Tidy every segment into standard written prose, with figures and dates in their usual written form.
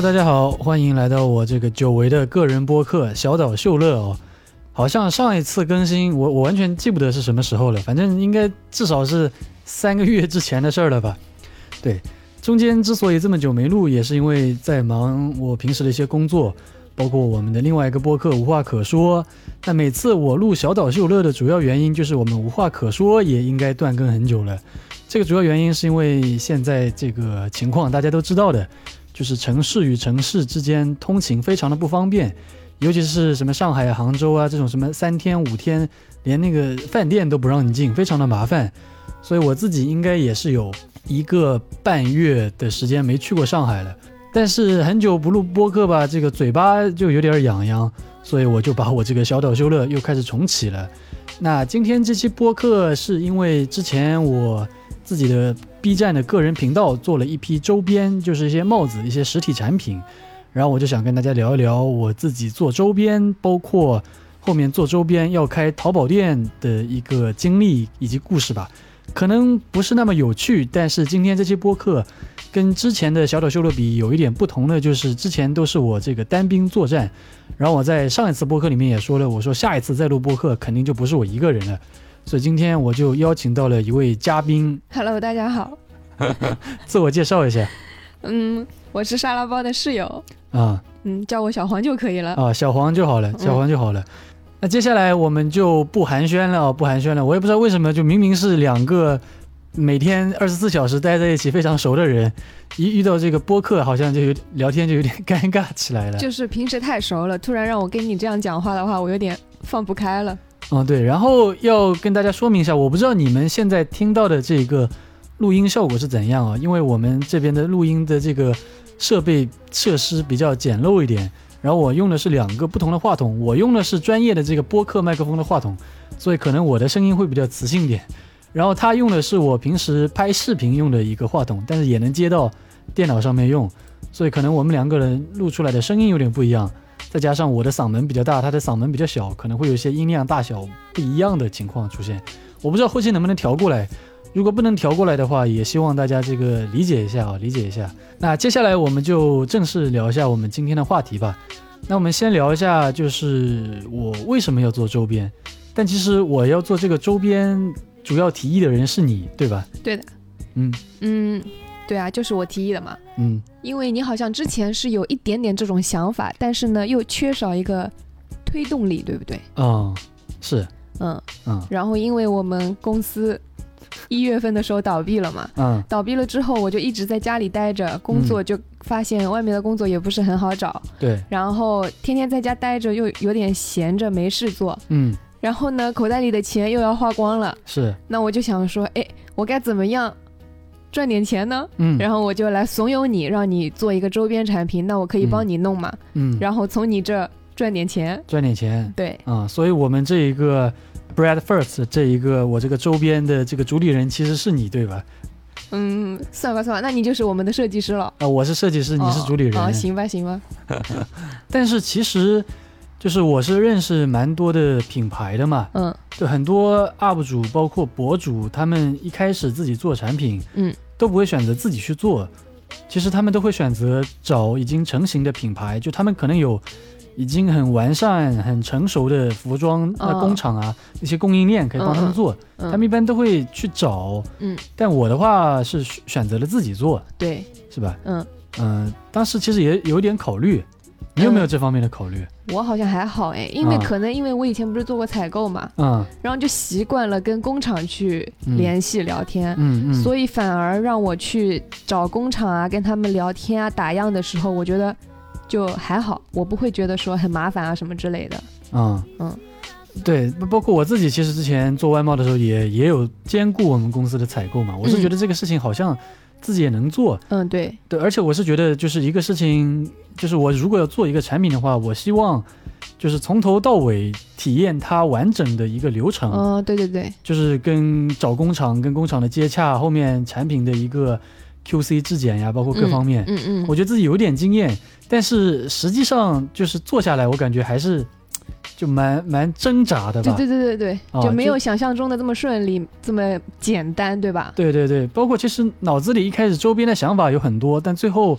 大家好，欢迎来到我这个久违的个人播客小岛秀乐哦。好像上一次更新我完全记不得是什么时候了，反正应该至少是3个月之前的事儿了吧。对，中间之所以这么久没录，也是因为在忙我平时的一些工作，包括我们的另外一个播客无话可说。那每次我录小岛秀乐的主要原因就是我们无话可说也应该断更很久了。这个主要原因是因为现在这个情况大家都知道的，就是城市与城市之间通勤非常的不方便，尤其是什么上海、杭州啊这种什么3天5天连那个饭店都不让你进，非常的麻烦。所以我自己应该也是有1个半月的时间没去过上海了，但是很久不录播客吧，这个嘴巴就有点痒痒，所以我就把我这个小岛秀乐又开始重启了。那今天这期播客是因为之前我自己的 B 站的个人频道做了一批周边，就是一些帽子一些实体产品，然后我就想跟大家聊一聊我自己做周边，包括后面做周边要开淘宝店的一个经历以及故事吧。可能不是那么有趣，但是今天这期播客跟之前的小岛秀乐比有一点不同的，就是之前都是我这个单兵作战，然后我在上一次播客里面也说了，我说下一次再录播客肯定就不是我一个人了，所以今天我就邀请到了一位嘉宾。 Hello， 大家好。 自我介绍一下。 我是沙拉包的室友啊。 叫我小黄就可以了啊，小黄就好了，小黄就好了。那接下来我们就不寒暄了，不寒暄了。我也不知道为什么，就明明是2个每天24小时待在一起非常熟的人，一遇到这个播客好像就聊天就有点尴尬起来了。 就是平时太熟了，突然让我跟你这样讲话的话，我有点放不开了。 对，然后要跟大家说明一下，我不知道你们现在听到的这个录音效果是怎样啊？因为我们这边的录音的这个设备设施比较简陋一点，然后我用的是2个不同的话筒，我用的是专业的这个播客麦克风的话筒，所以可能我的声音会比较磁性点。然后他用的是我平时拍视频用的一个话筒，但是也能接到电脑上面用，所以可能我们2个人录出来的声音有点不一样。再加上我的嗓门比较大，他的嗓门比较小，可能会有一些音量大小不一样的情况出现。我不知道后期能不能调过来，如果不能调过来的话，也希望大家这个理解一下啊，理解一下。那接下来我们就正式聊一下我们今天的话题吧。那我们先聊一下，就是我为什么要做周边。但其实我要做这个周边，主要提议的人是你，对吧？ 对的。对啊，就是我提议的嘛。因为你好像之前是有一点点这种想法，但是呢又缺少一个推动力，对不对？ 是。 然后因为我们公司1月份的时候倒闭了嘛，倒闭了之后我就一直在家里待着，工作就发现外面的工作也不是很好找。 对。然后天天在家待着又有点闲着没事做。然后呢口袋里的钱又要花光了。 是。 那我就想说，我该怎么样赚点钱呢？然后我就来怂恿你，让你做一个周边产品，那我可以帮你弄嘛。然后从你这赚点钱。对。 所以我们这一个 Bread First 这一个我这个周边的这个主理人其实是你，对吧？ 算吧，那你就是我们的设计师了。 我是设计师，你是主理人。 行吧。 但是其实就是我是认识蛮多的品牌的嘛。就很多 UP 主包括博主，他们一开始自己做产品，都不会选择自己去做，其实他们都会选择找已经成型的品牌，就他们可能有已经很完善很成熟的服装工厂啊，一些供应链可以帮他们做，他们一般都会去找。但我的话是选择了自己做。对，是吧？当时其实也有点考虑，你有没有这方面的考虑？ 我好像还好因为可能因为我以前不是做过采购嘛，然后就习惯了跟工厂去联系聊天，所以反而让我去找工厂啊，跟他们聊天啊，打样的时候，我觉得就还好，我不会觉得说很麻烦啊什么之类的。 对，包括我自己其实之前做外贸的时候也有兼顾我们公司的采购嘛，我是觉得这个事情好像自己也能做。 对， 而且我是觉得就是一个事情，就是我如果要做一个产品的话，我希望就是从头到尾体验它完整的一个流程。 对， 就是跟找工厂跟工厂的接洽，后面产品的一个 QC 质检呀，包括各方面。我觉得自己有点经验，但是实际上就是做下来我感觉还是就蛮挣扎的吧。 对，就没有想象中的这么顺利这么简单，对吧？ 对，包括其实脑子里一开始周边的想法有很多，但最后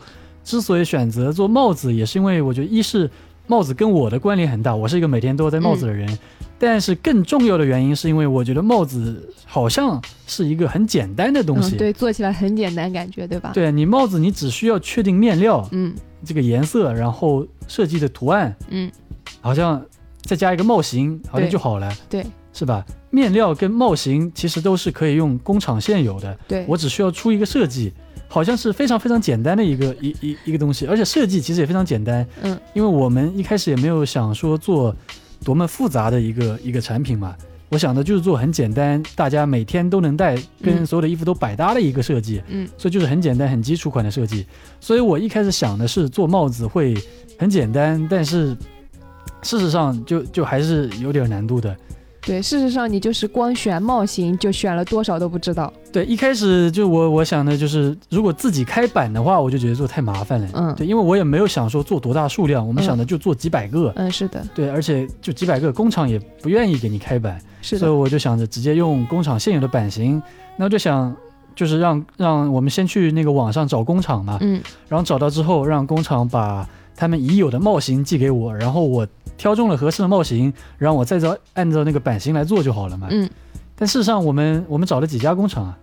之所以选择做帽子，也是因为我觉得一是帽子跟我的关联很大，我是一个每天都在帽子的人，但是更重要的原因是因为我觉得帽子好像是一个很简单的东西， 对，做起来很简单感觉，对吧？ 对，你帽子你只需要确定面料，这个颜色，然后设计的图案，好像再加一个帽型，好像就好了， 对， 是吧？面料跟帽型其实都是可以用工厂现有的， 对， 我只需要出一个设计，好像是非常非常简单的一个东西，而且设计其实也非常简单，因为我们一开始也没有想说做多么复杂的一个产品嘛，我想的就是做很简单，大家每天都能戴，跟所有的衣服都百搭的一个设计，所以就是很简单很基础款的设计，所以我一开始想的是做帽子会很简单，但是事实上就还是有点难度的。 对，事实上你就是光选帽型就选了多少都不知道。 对，一开始就我想的就是如果自己开版的话，我就觉得做太麻烦了。对，因为我也没有想说做多大数量，我们想的就做几百个。 是的。对， 而且就几百个，工厂也不愿意给你开版， 是的。 所以我就想着直接用工厂现有的版型，那我就想就是让我们先去那个网上找工厂嘛，然后找到之后让工厂把他们已有的帽型寄给我，然后我挑中了合适的帽型，然后我再按照那个版型来做就好了嘛。但事实上我们找了几家工厂啊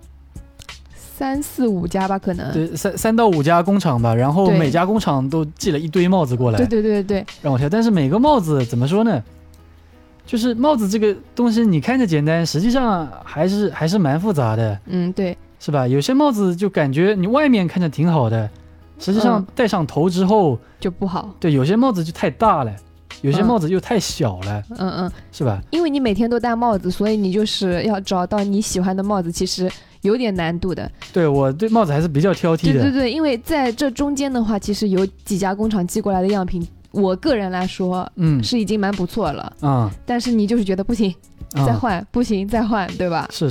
？3、4、5家吧，可能。对 ，3到5家工厂吧，然后每家工厂都寄了一堆帽子过来。 对， 让我挑。但是每个帽子怎么说呢？就是帽子这个东西，你看着简单，实际上还是蛮复杂的。 对， 是吧？有些帽子就感觉你外面看着挺好的，实际上戴上头之后就不好。 对，有些帽子就太大了。有些帽子又太小了，是吧？ 因为你每天都戴帽子，所以你就是要找到你喜欢的帽子，其实有点难度的。 对，我对帽子还是比较挑剔的。 对，因为在这中间的话，其实有几家工厂寄过来的样品，我个人来说，是已经蛮不错了。但是你就是觉得不行，再换，不行再换，对吧？ 是，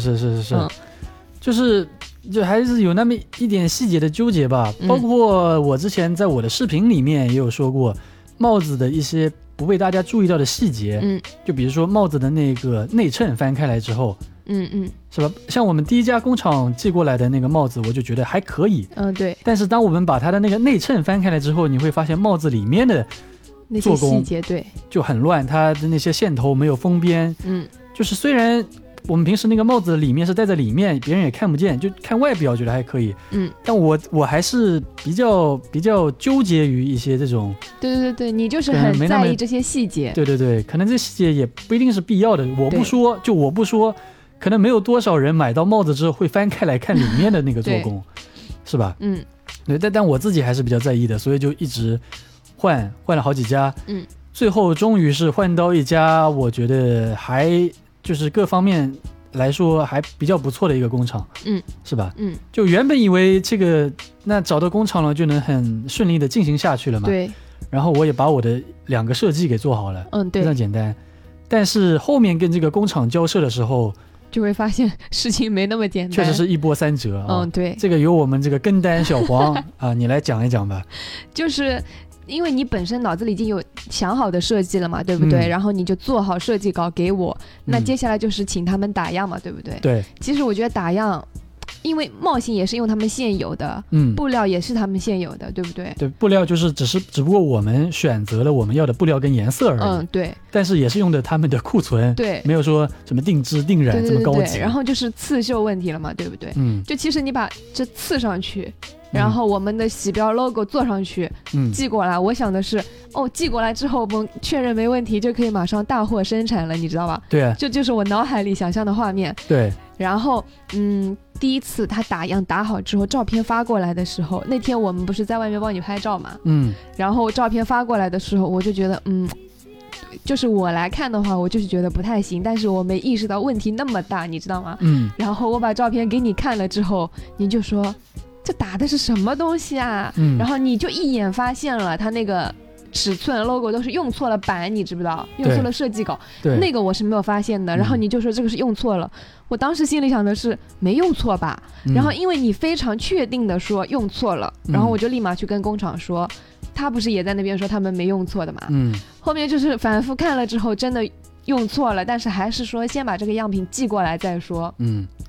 就还是有那么一点细节的纠结吧。包括我之前在我的视频里面也有说过，帽子的一些不被大家注意到的细节，就比如说帽子的那个内衬翻开来之后，是吧？像我们第一家工厂寄过来的那个帽子，我就觉得还可以， 对。 但是当我们把它的那个内衬翻开来之后，你会发现帽子里面的做工细节对就很乱，它的那些线头没有封边，就是虽然我们平时那个帽子里面是戴在里面，别人也看不见，就看外表觉得还可以，但我还是比较纠结于一些这种， 对，你就是很在意这些细节， 对，可能这细节也不一定是必要的，我不说，可能没有多少人买到帽子之后会翻开来看里面的那个做工，是吧？对，但我自己还是比较在意的，所以就一直换了好几家，最后终于是换到一家，我觉得还就是各方面来说还比较不错的一个工厂，是吧？就原本以为这个那找到工厂了就能很顺利的进行下去了嘛， 对。 然后我也把我的2个设计给做好了， 对， 非常简单。但是后面跟这个工厂交涉的时候， 就会发现事情没那么简单， 确实是一波三折啊。 对， 这个由我们这个跟单小黄啊，你来讲一讲吧。 就是因为你本身脑子里已经有想好的设计了嘛，对不对？然后你就做好设计稿给我，那接下来就是请他们打样嘛，对不对？ 对。 其实我觉得打样，因为帽型也是用他们现有的，布料也是他们现有的，对不对？ 对，布料就是只不过我们选择了我们要的布料跟颜色而已。 对。 但是也是用的他们的库存， 对， 没有说什么定制定染这么高级。 然后就是刺绣问题了嘛，对不对？就其实你把这刺上去。然后我们的洗标 logo 做上去，寄过来。我想的是，寄过来之后我们确认没问题，就可以马上大货生产了，你知道吧？ 对， 这就是我脑海里想象的画面。 对。 然后，第一次他打样打好之后，照片发过来的时候，那天我们不是在外面帮你拍照嘛？然后照片发过来的时候，我就觉得，就是我来看的话，我就是觉得不太行，但是我没意识到问题那么大，你知道吗？然后我把照片给你看了之后，你就说。这打的是什么东西啊？然后你就一眼发现了他那个尺寸 logo 都是用错了版，你知不知道？用错了设计稿，那个我是没有发现的。然后你就说这个是用错了，我当时心里想的是没用错吧？然后因为你非常确定的说用错了，然后我就立马去跟工厂说，他不是也在那边说他们没用错的嘛？后面就是反复看了之后真的用错了，但是还是说先把这个样品寄过来再说。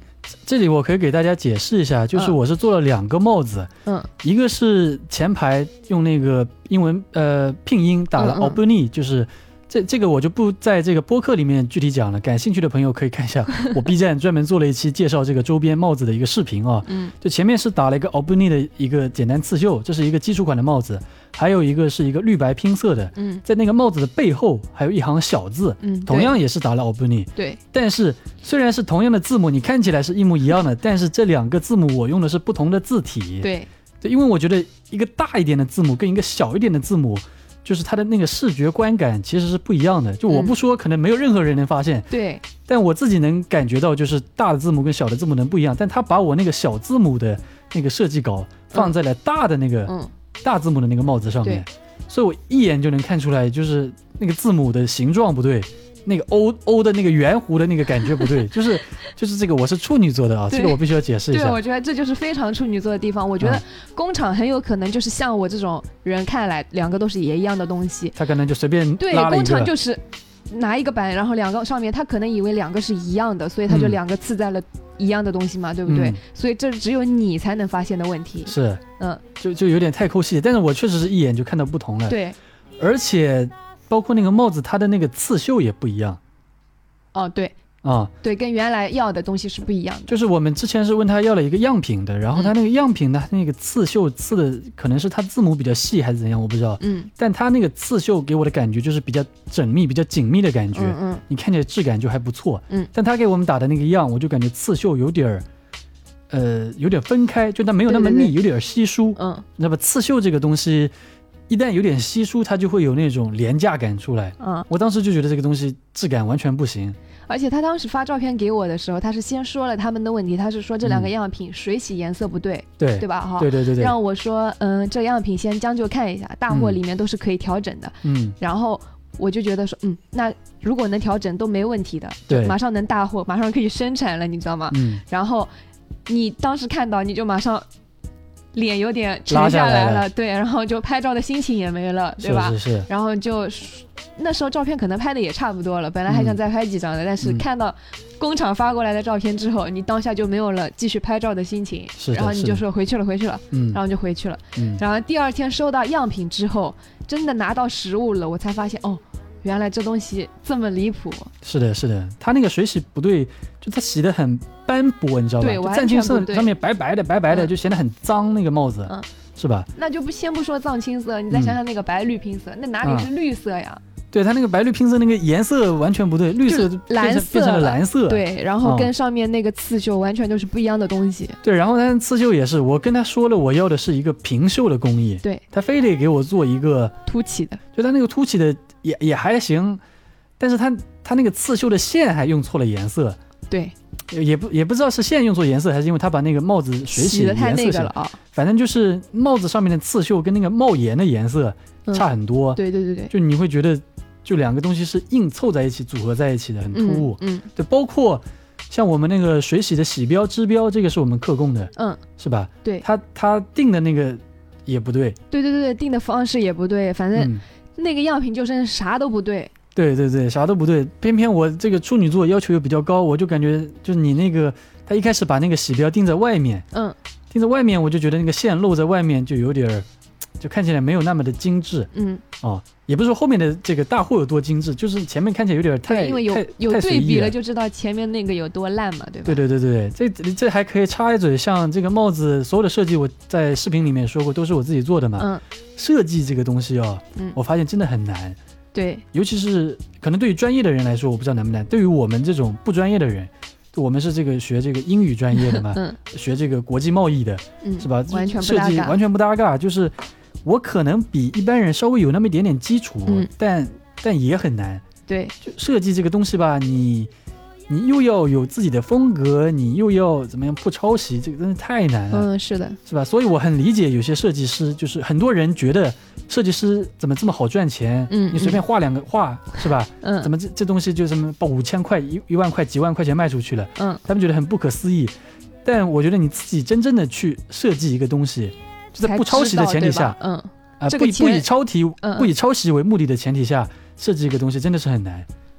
这里我可以给大家解释一下，就是我是做了2个帽子，一个是前排用那个英文拼音打了 Albany，就是这个我就不在这个播客里面具体讲了，感兴趣的朋友可以看一下我 B 站专门做了一期介绍这个周边帽子的一个视频啊。就前面是打了一个 Albany 的一个简单刺绣，这是一个基础款的帽子，还有一个是一个绿白拼色的，在那个帽子的背后还有一行小字，同样也是打了 Albany。 对， 但是虽然是同样的字母，你看起来是一模一样的，但是这2个字母我用的是不同的字体。 对， 因为我觉得一个大一点的字母跟一个小一点的字母，就是它的那个视觉观感其实是不一样的。就我不说，可能没有任何人能发现， 对， 但我自己能感觉到，就是大的字母跟小的字母能不一样。但他把我那个小字母的那个设计稿放在了大的那个大字母的那个帽子上面，所以我一眼就能看出来，就是那个字母的形状不对，那个 O 的那个圆弧的那个感觉不对，就是这个我是处女座的啊，这个我必须要解释一下。 对，我觉得这就是非常处女座的地方。我觉得工厂很有可能就是像我这种人看来2个都是一样的东西， 他可能就随便拉了一个。 对，工厂就是拿一个板，然后2个上面他可能以为2个是一样的，所以他就2个刺在了一样的东西嘛，对不对？所以这只有你才能发现的问题。 是，就有点太抠细，但是我确实是一眼就看到不同了。 对， 而且包括那个帽子，它的那个刺绣也不一样。 对对，跟原来要的东西是不一样的。就是我们之前是问他要了一个样品的，然后他那个样品呢，那个刺绣刺的可能是他字母比较细还是怎样，我不知道。但他那个刺绣给我的感觉就是比较缜密、比较紧密的感觉。你看起来质感就还不错。但他给我们打的那个样，我就感觉刺绣有点分开，就它没有那么密，有点稀疏。那么刺绣这个东西一旦有点稀疏，它就会有那种廉价感出来。我当时就觉得这个东西质感完全不行。 而且他当时发照片给我的时候，他是先说了他们的问题，他是说这2个样品水洗颜色不对，对吧？ 对， 让我说这样品先将就看一下，大货里面都是可以调整的。然后我就觉得说那如果能调整都没问题的，对，马上能大货，马上可以生产了，你知道吗？然后你当时看到你就马上脸有点沉下来了，对，然后就拍照的心情也没了，对吧？ 是。 然后就那时候照片可能拍的也差不多了，本来还想再拍几张的，但是看到工厂发过来的照片之后，你当下就没有了继续拍照的心情，然后你就说回去了，然后就回去了。然后第2天收到样品之后，真的拿到实物了，我才发现原来这东西这么离谱。 是的，他那个水洗不对，就他洗的很斑驳，你知道吧？ 对， 湛青色上面白白的，就显得很脏，那个帽子，是吧？ 那就先不说藏青色，你再想想那个白绿拼色，那哪里是绿色呀？ 对，它那个白绿拼色那个颜色完全不对，绿色变成了蓝色。 对，然后跟上面那个刺绣完全都是不一样的东西。 对，然后它刺绣也是，我跟他说了我要的是一个平绣的工艺， 对， 他非得给我做一个凸起的， 就他那个凸起的也还行，但是他那个刺绣的线还用错了颜色。 对， 也不知道是线用错颜色，还是因为他把那个帽子水洗的太那个了啊。 反正就是帽子上面的刺绣跟那个帽檐的颜色差很多。 对，就你会觉得就2个东西是硬凑在一起组合在一起的，很突兀。对，包括像我们那个水洗的洗标织标，这个是我们刻工的，是吧？ 对， 他定的那个也不对。 对，定的方式也不对，反正那个样品就是啥都不对。 对，啥都不对。偏偏我这个处女座要求又比较高，我就感觉就是你那个他一开始把那个洗标定在外面，定在外面，我就觉得那个线露在外面就有点，就看起来没有那么的精致。也不是说后面的这个大货有多精致，就是前面看起来有点太， 因为有对比了就知道前面那个有多烂嘛，对吧？ 对，这还可以插一嘴，像这个帽子所有的设计，我在视频里面说过，都是我自己做的嘛。设计这个东西我发现真的很难。 对， 尤其是可能对于专业的人来说，我不知道难不难。对于我们这种不专业的人，我们是这个学这个英语专业的嘛，学这个国际贸易的，是吧？ 完全设计完全不搭嘎，就是我可能比一般人稍微有那么一点点基础，但也很难。 对， 就设计这个东西吧，你又要有自己的风格，你又要怎么样不抄袭，这个真的太难了。 是的， 是吧？所以我很理解有些设计师，就是很多人觉得设计师怎么这么好赚钱？你随便画2个画，是吧？怎么这东西就什么把5000块、1万块、几万块钱卖出去了？他们觉得很不可思议。但我觉得你自己真正的去设计一个东西，就在不抄袭的前提下，不以抄袭为目的的前提下，设计一个东西真的是很难。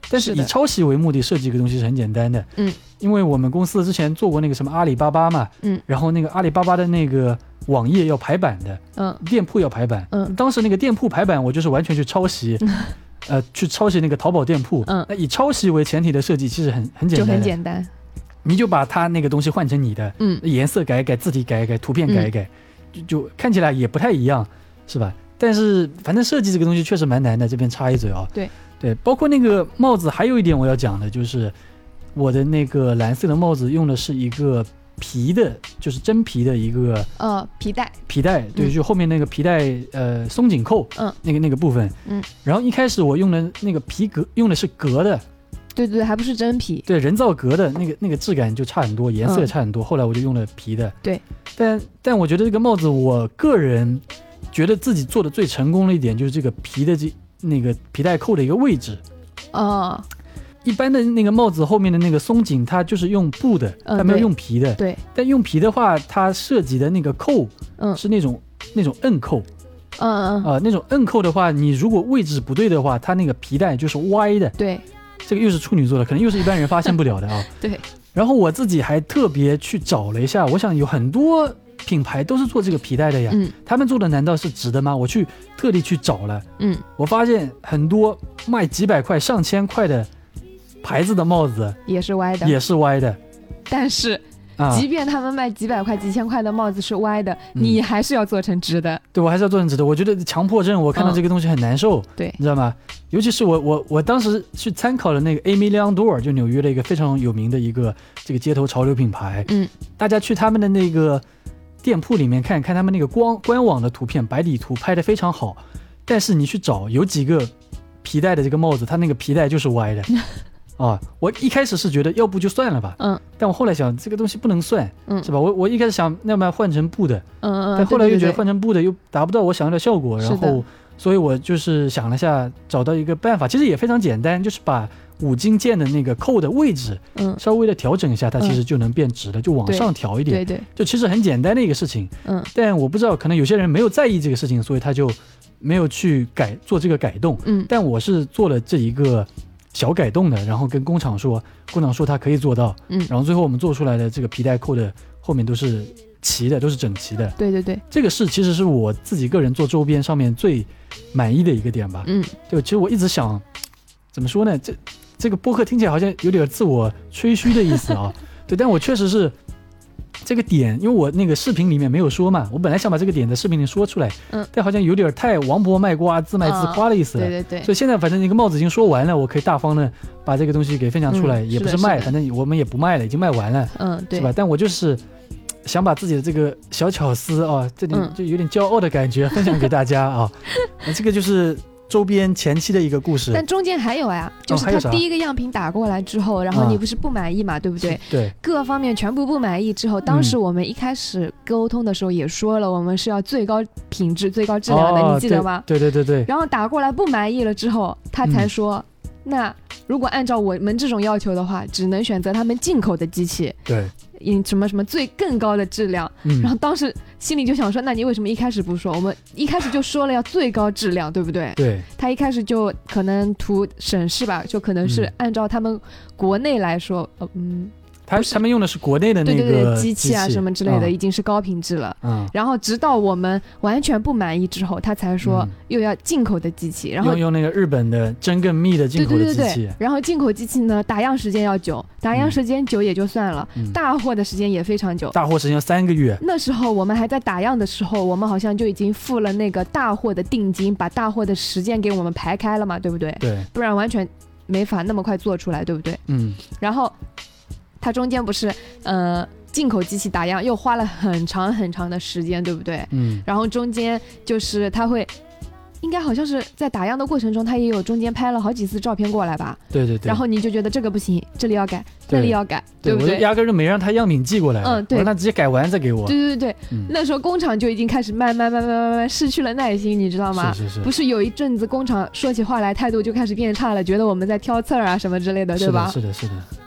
但是以抄袭为目的设计一个东西是很简单的。因为我们公司之前做过那个什么阿里巴巴嘛，然后那个阿里巴巴的那个网页要排版的，店铺要排版，当时那个店铺排版我就是完全去抄袭，去抄袭那个淘宝店铺，那以抄袭为前提的设计其实很简单， 就很简单， 你就把它那个东西换成你的，颜色改一改，字体改一改，图片改一改，就看起来也不太一样，是吧？但是反正设计这个东西确实蛮难的，这边插一嘴啊。对，包括那个帽子，还有一点我要讲的就是，我的那个蓝色的帽子用的是一个皮的，就是真皮的一个皮带，对，就后面那个皮带松紧扣，那个部分，然后一开始我用的那个皮革用的是革的。 对，还不是真皮， 对，人造革的那个质感就差很多，颜色也差很多，后来我就用了皮的。 对， 但我觉得这个帽子，我个人觉得自己做的最成功的一点就是这个皮的那个皮带扣的一个位置。一般的那个帽子后面的那个松紧，它就是用布的，它没有用皮的。 对， 但用皮的话，它涉及的那个扣，是那种摁扣。那种摁扣的话，你如果位置不对的话，它那个皮带就是歪的。 对。 这个又是处女座的，可能又是一般人发现不了的啊。 对。 然后我自己还特别去找了一下，我想有很多品牌都是做这个皮带的呀。他们做的难道是直的吗？我特地去找了。我发现很多卖几百块、上千块的牌子的帽子也是歪的。但是即便他们卖几百块、几千块的帽子是歪的，你还是要做成直的。 对，我还是要做成直的。我觉得强迫症，我看到这个东西很难受。 对， 你知道吗？尤其是我当时去参考了那个 Aimé Leon Dore， 就纽约的一个非常有名的一个这个街头潮流品牌。大家去他们的那个店铺里面看他们那个官网的图片，白底图拍得非常好，但是你去找有几个皮带的这个帽子，它那个皮带就是歪的。我一开始是觉得要不就算了吧，但我后来想这个东西不能算，是吧？我一开始想要不然换成布的，但后来又觉得换成布的又达不到我想要的效果，然后所以我就是想了下，找到一个办法，其实也非常简单，就是把五金件的那个扣的位置，稍微的调整一下，它其实就能变直了，就往上调一点， 对， 就其实很简单的一个事情，但我不知道可能有些人没有在意这个事情，所以他就没有去做这个改动，但我是做了这一个小改动的，然后跟工厂说他可以做到，然后最后我们做出来的这个皮带扣的后面都是齐的，都是整齐的。 对， 这个其实是我自己个人做周边上面最满意的一个点吧。对，其实我一直想怎么说呢，这个播客听起来好像有点自我吹嘘的意思啊。对，但我确实是这个点，因为我那个视频里面没有说嘛，我本来想把这个点在视频里说出来，但好像有点太王婆卖瓜自卖自夸的意思了。 对， 所以现在反正那个帽子已经说完了，我可以大方的把这个东西给分享出来，也不是卖，反正我们也不卖了，已经卖完了， 对， 是吧？但我就是想把自己的这个小巧思啊，这点就有点骄傲的感觉分享给大家啊。这个就是周边前期的一个故事， 但中间还有呀，就是他第一个样品打过来之后，然后你不是不满意嘛，对不对？ 对， 各方面全部不满意之后，当时我们一开始沟通的时候也说了，我们是要最高品质、最高质量的，你记得吗？ 对。 然后打过来不满意了之后，他才说，那如果按照我们这种要求的话，只能选择他们进口的机器。 对。 什么更高的质量，然后当时心里就想说，那你为什么一开始不说？我们一开始就说了要最高质量，对不对？ 对。 他一开始就可能图省事吧，就可能是按照他们国内来说， 他们用的是国内的那个机器啊什么之类的，已经是高品质了。然后直到我们完全不满意之后，他才说又要进口的机器，然后用那个日本的真更密的进口的机器。 对。然后进口机器呢，打样时间要久，打样时间久也就算了，大货的时间也非常久， 大货时间要3个月。 那时候我们还在打样的时候，我们好像就已经付了那个大货的定金，把大货的时间给我们排开了嘛，对不对？ 对。 不然完全没法那么快做出来，对不对？然后它中间不是进口机器打样又花了很长很长的时间，对不对？然后中间就是它会应该好像是在打样的过程中，它也有中间拍了好几次照片过来吧？对。然后你就觉得这个不行，这里要改，那里要改，对不对？ 我压根就没让他样品寄过来， 对， 我让他直接改完再给我。 对。那时候工厂就已经开始慢慢失去了耐心，你知道吗？ 是。 不是有一阵子工厂说起话来态度就开始变差了，觉得我们在挑刺儿啊什么之类的，对吧？ 是的。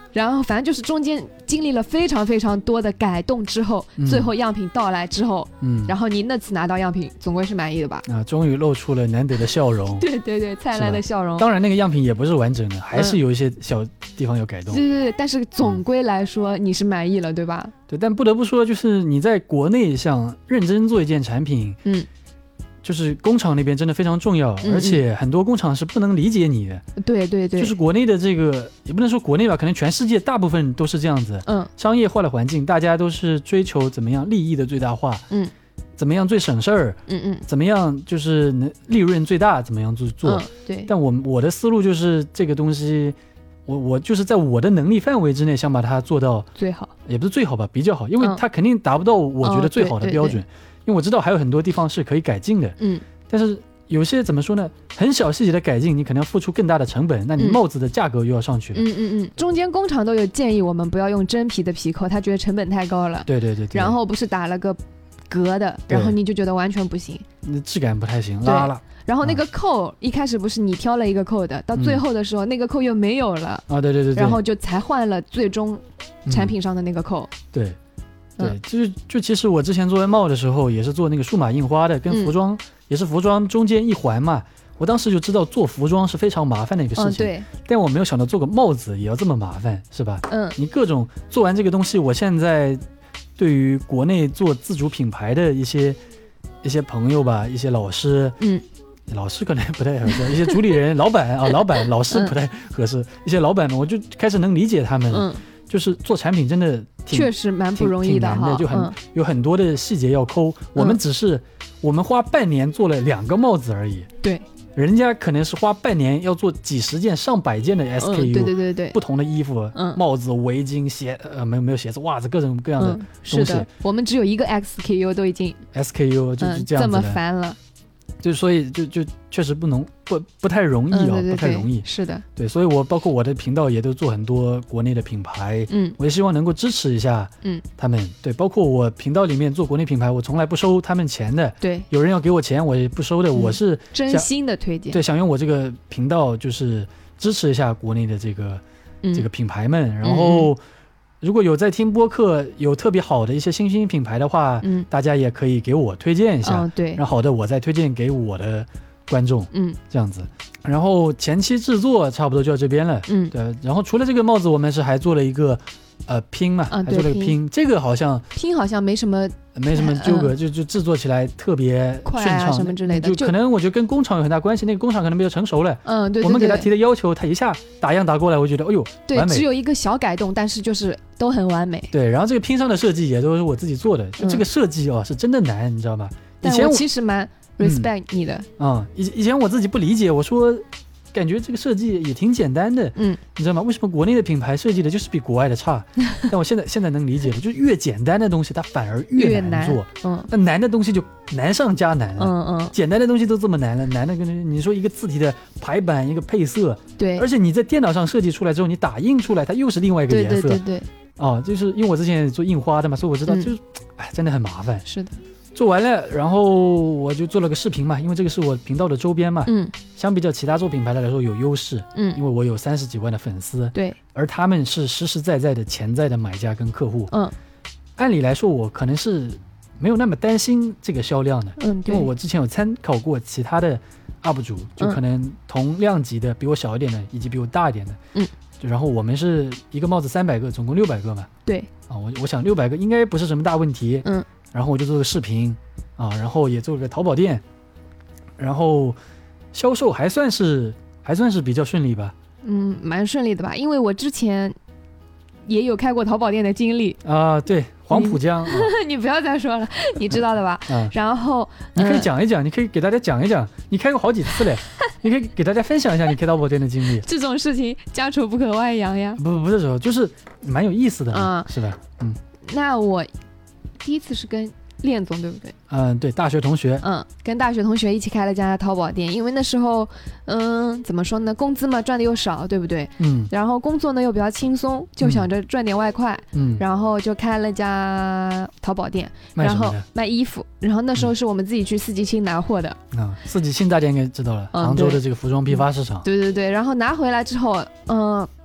然后反正就是中间经历了非常非常多的改动之后，最后样品到来之后，然后你那次拿到样品总归是满意的吧？ 终于露出了难得的笑容。 对对对，灿烂的笑容。 当然那个样品也不是完整的，还是有一些小地方有改动。 对对对，但是总归来说你是满意了，对吧？ 对，但不得不说，就是你在国内想认真做一件产品，就是工厂那边真的非常重要，而且很多工厂是不能理解你的。 对对对， 就是国内的这个，也不能说国内吧，可能全世界大部分都是这样子。商业化的环境，大家都是追求怎么样利益的最大化，怎么样最省事儿，怎么样就是利润最大，怎么样做。 对。 但我的思路就是这个东西，我就是在我的能力范围之内，想把它做到最好， 也不是最好吧，比较好，因为它肯定达不到我觉得最好的标准。因为我知道还有很多地方是可以改进的，但是有些怎么说呢，很小细节的改进你可能要付出更大的成本，那你帽子的价格又要上去了。 中间工厂都有建议我们不要用真皮的皮扣，他觉得成本太高了。 对对对。 然后不是打了个格的，然后你就觉得完全不行， 那质感不太行，拉了。 然后那个扣一开始不是你挑了一个扣的，到最后的时候那个扣又没有了啊，对对对， 然后就才换了最终产品上的那个扣。 对。对，就其实我之前做帽的时候也是做那个数码印花的，跟服装也是服装中间一环嘛。我当时就知道做服装是非常麻烦的一个事情， 对。 但我没有想到做个帽子也要这么麻烦，是吧？你各种做完这个东西，我现在对于国内做自主品牌的一些朋友吧，一些老师，老师可能不太合适，一些主理人、老板啊，老师不太合适，一些老板们，我就开始能理解他们。就是做产品真的确实蛮不容易的哈， 就有很多的细节要抠。我们花半年做了2个帽子而已， 对， 人家可能是花半年要做几十件、上百件的 SKU， 对对对对， 不同的衣服、帽子、围巾、鞋，没有鞋子、袜子，各种各样的东西。 是的，我们只有一个 SKU 都已经 SKU 就这样子这么烦了。 就所以就确实不太容易啊，不太容易。 是的， 对，所以包括我的频道也都做很多国内的品牌，我也希望能够支持一下，他们。对，包括我频道里面做国内品牌，我从来不收他们钱的。 对， 有人要给我钱，我也不收的。我是真心的推荐。 对，想用我这个频道就是支持一下国内的这个品牌们，然后。如果有在听播客有特别好的一些新兴品牌的话，大家也可以给我推荐一下， 对， 然后好的我再推荐给我的观众，这样子。然后前期制作差不多就到这边了，对。然后除了这个帽子，我们还做了一个拼嘛，还做了个拼，这个好像没什么纠葛，就制作起来特别顺畅什么之类的， 就可能我觉得跟工厂有很大关系，那个工厂可能比较成熟了， 对， 我们给他提的要求，他一下打样打过来，我觉得哎呦， 对， 完美， 只有一个小改动，但是就是都很完美。 对，然后这个拼上的设计也都是我自己做的，就这个设计是真的难，你知道吗？ 但我其实蛮 respect 你的， 以前我自己不理解，我说。感觉这个设计也挺简单的，你知道吗？为什么国内的品牌设计的就是比国外的差？但我现在能理解了，就越简单的东西它反而越难做，那难的东西就难上加难了，简单的东西都这么难了，难的跟你说一个字体的排版，一个配色， 对， 而且你在电脑上设计出来之后，你打印出来它又是另外一个颜色， 对， 就是因为我之前做印花的嘛，所以我知道就是真的很麻烦， 是的。 做完了，然后我就做了个视频嘛，因为这个是我频道的周边嘛，相比较其他做品牌的来说有优势，因为我有30几万的粉丝， 对， 而他们是实实在在的潜在的买家跟客户，按理来说我可能是没有那么担心这个销量的，因为我之前有参考过其他的 UP 主，就可能同量级的，比我小一点的，以及比我大一点的，然后我们是一个帽子300个，总共600个嘛， 对， 我想600个应该不是什么大问题，然后我就做个视频然后也做了个淘宝店，然后销售还算是比较顺利吧， 蛮顺利的吧，因为我之前也有开过淘宝店的经历对，黄浦江你不要再说了，你知道的吧然后你可以讲一讲，你可以给大家讲一讲，你开过好几次嘞你可以给大家分享一下你开淘宝店的经历这种事情家丑不可外扬呀， 不是说就是蛮有意思的是吧那我第一次是跟练总对不对？ 对，大学同学。 跟大学同学一起开了家淘宝店，因为那时候，怎么说呢，工资嘛赚的又少，对不对？然后工作呢又比较轻松，就想着赚点外快，然后就开了家淘宝店，然后卖衣服，然后那时候是我们自己去四季青拿货的。 四季青大家应该知道了，杭州的这个服装批发市场。 对，然后拿回来之后，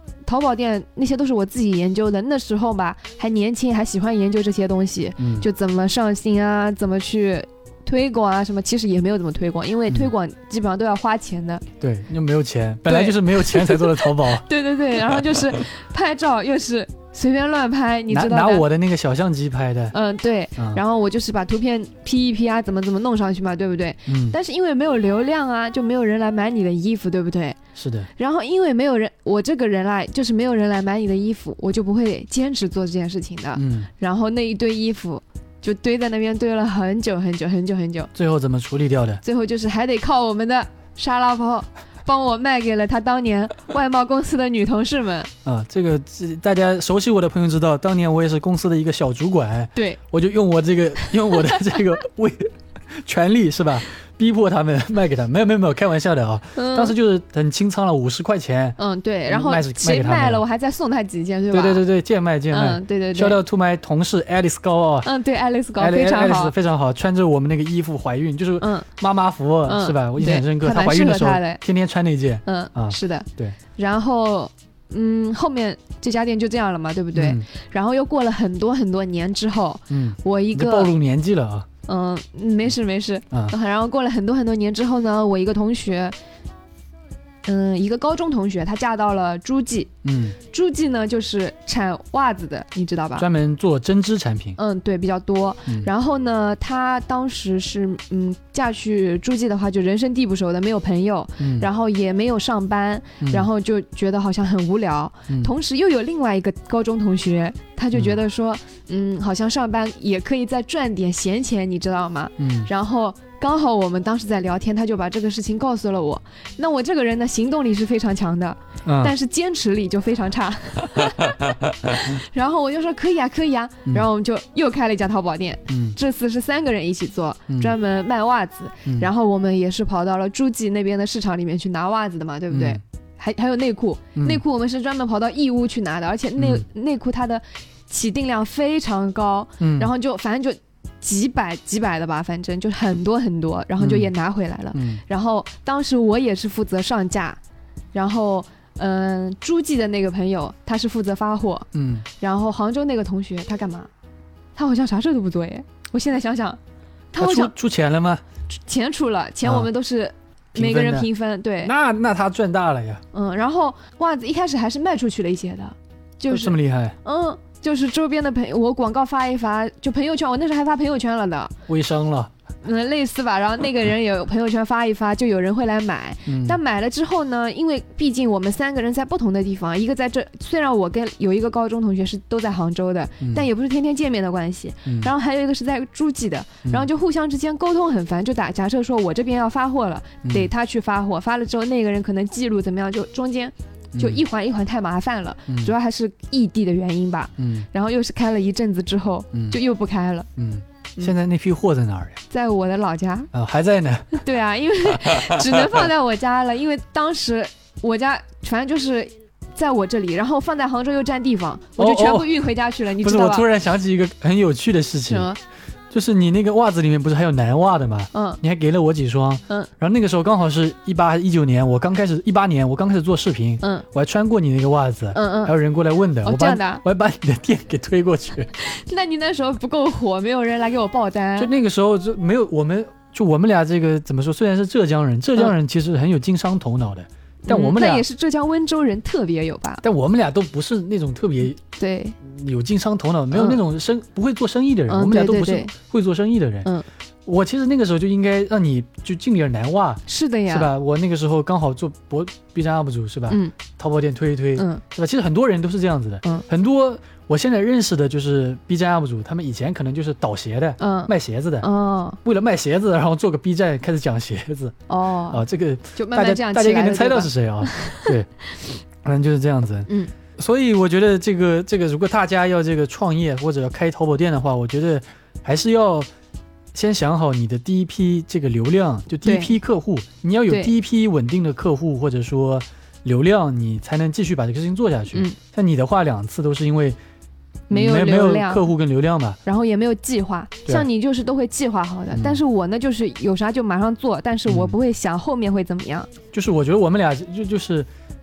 淘宝店那些都是我自己研究的，那时候吧还年轻，还喜欢研究这些东西，就怎么上新啊，怎么去推广啊什么，其实也没有怎么推广，因为推广基本上都要花钱的。 对，又没有钱，本来就是没有钱才做的淘宝。 对对对，然后就是拍照又是随便乱拍，你知道的， 拿我的那个小相机拍的。 对，然后我就是把图片 P 一 P 啊，怎么弄上去嘛，对不对？但是因为没有流量啊，就没有人来买你的衣服，对不对？ 是的。 然后因为没有人，我这个人啦，就是没有人来买你的衣服，我就不会坚持做这件事情的。然后那一堆衣服就堆在那边，堆了很久很久很久很久。 最后怎么处理掉的？ 最后就是还得靠我们的沙拉包帮我卖给了他当年外贸公司的女同事们。 这个大家熟悉我的朋友知道，当年我也是公司的一个小主管。 对， 我就用我的这个权利是吧，逼迫他们卖给他。没有开玩笑的啊。当时就是很清仓了50块钱。 对，然后谁卖了我还再送他几件，对吧？ 对，贱卖。 对。 shout out to my 同事 Alice 高啊。 对 Alice 高非常好， Alice 非常好，穿着我们那个衣服怀孕，就是妈妈服，是吧？我印象很深刻，她怀孕的时候天天穿那件。 是的。 对。 然后后面这家店就这样了嘛，对不对？然后又过了很多很多年之后，我一个暴露年纪了啊。 没事。然后过了很多很多年之后呢，我一个同学，一个高中同学，她嫁到了诸暨。诸暨呢就是产袜子的，你知道吧？ 专门做针织产品。 对，比较多。然后呢，她当时是嫁去诸暨的话，就人生地不熟的，没有朋友，然后也没有上班，然后就觉得好像很无聊。同时又有另外一个高中同学，他就觉得说，好像上班也可以再赚点闲钱，你知道吗？然后刚好我们当时在聊天，他就把这个事情告诉了我。那我这个人呢，行动力是非常强的，但是坚持力就非常差。然后我就说可以啊，然后我们就又开了一家淘宝店。这次是3个人一起做，专门卖袜子。然后我们也是跑到了诸暨那边的市场里面去拿袜子的嘛，对不对？还有内裤，内裤我们是专门跑到义乌去拿的，而且内裤它的起订量非常高，然后就反正就几百的吧，反正就很多很多，然后就也拿回来了。然后当时我也是负责上架，然后诸暨的那个朋友他是负责发货，然后杭州那个同学他干嘛？他好像啥事都不做耶。我现在想想，他好像出钱了吗？ 钱出了，钱我们都是每个人平分。对， 那他赚大了呀。 然后袜子一开始还是卖出去了一些的，就是这么厉害。 就是周边的朋友，我广告发一发，就朋友圈，我那时候还发朋友圈了的， 微商了。 类似吧。然后那个人有朋友圈发一发，就有人会来买。但买了之后呢，因为毕竟我们3个人在不同的地方，一个在这，虽然我跟有一个高中同学是都在杭州的，但也不是天天见面的关系。然后还有一个是在诸暨的，然后就互相之间沟通很烦。就假设说我这边要发货了，得他去发货，发了之后那个人可能记录怎么样，就中间就一环一环太麻烦了，主要还是异地的原因吧。然后又是开了一阵子之后，就又不开了。 现在那批货在哪儿呀？ 在我的老家。 还在呢。 对啊，因为只能放在我家了，因为当时我家反正就是在我这里，然后放在杭州又占地方，我就全部运回家去了。你知道吧？ 不是，我突然想起一个很有趣的事情。就是你那个袜子里面不是还有男袜的吗？你还给了我几双。然后那个时候刚好是19年，我刚开始18年我刚开始做视频。我还穿过你那个袜子。还有人过来问的。 这样的。 我还把你的店给推过去。 那你那时候不够火，没有人来给我报单。 就那个时候就没有我们俩这个怎么说？虽然是浙江人其实很有经商头脑的。但我们俩那也是浙江温州人特别有吧？ 但我们俩都不是那种特别对有经商头脑，没有那种不会做生意的人。我们俩都不是会做生意的人。我其实那个时候就应该让你就进点男袜。 是的呀， 是吧？我那个时候刚好做B 站 UP 主是吧？淘宝店推一推，是吧？其实很多人都是这样子的。很多我现在认识的就是 B 站 UP 主，他们以前可能就是倒鞋的，卖鞋子的。为了卖鞋子，然后做个 B 站开始讲鞋子。这个就慢慢这样大家应该能猜到是谁啊？对，反正就是这样子。所以我觉得这个如果大家要这个创业或者要开淘宝店的话，我觉得还是要先想好你的第一批这个流量，就第一批客户，你要有第一批稳定的客户或者说流量，你才能继续把这个事情做下去。像你的话2次都是因为没有客户跟流量嘛， 然后也没有计划。像你就是都会计划好的，但是我呢就是有啥就马上做，但是我不会想后面会怎么样。 就是我觉得我们俩就是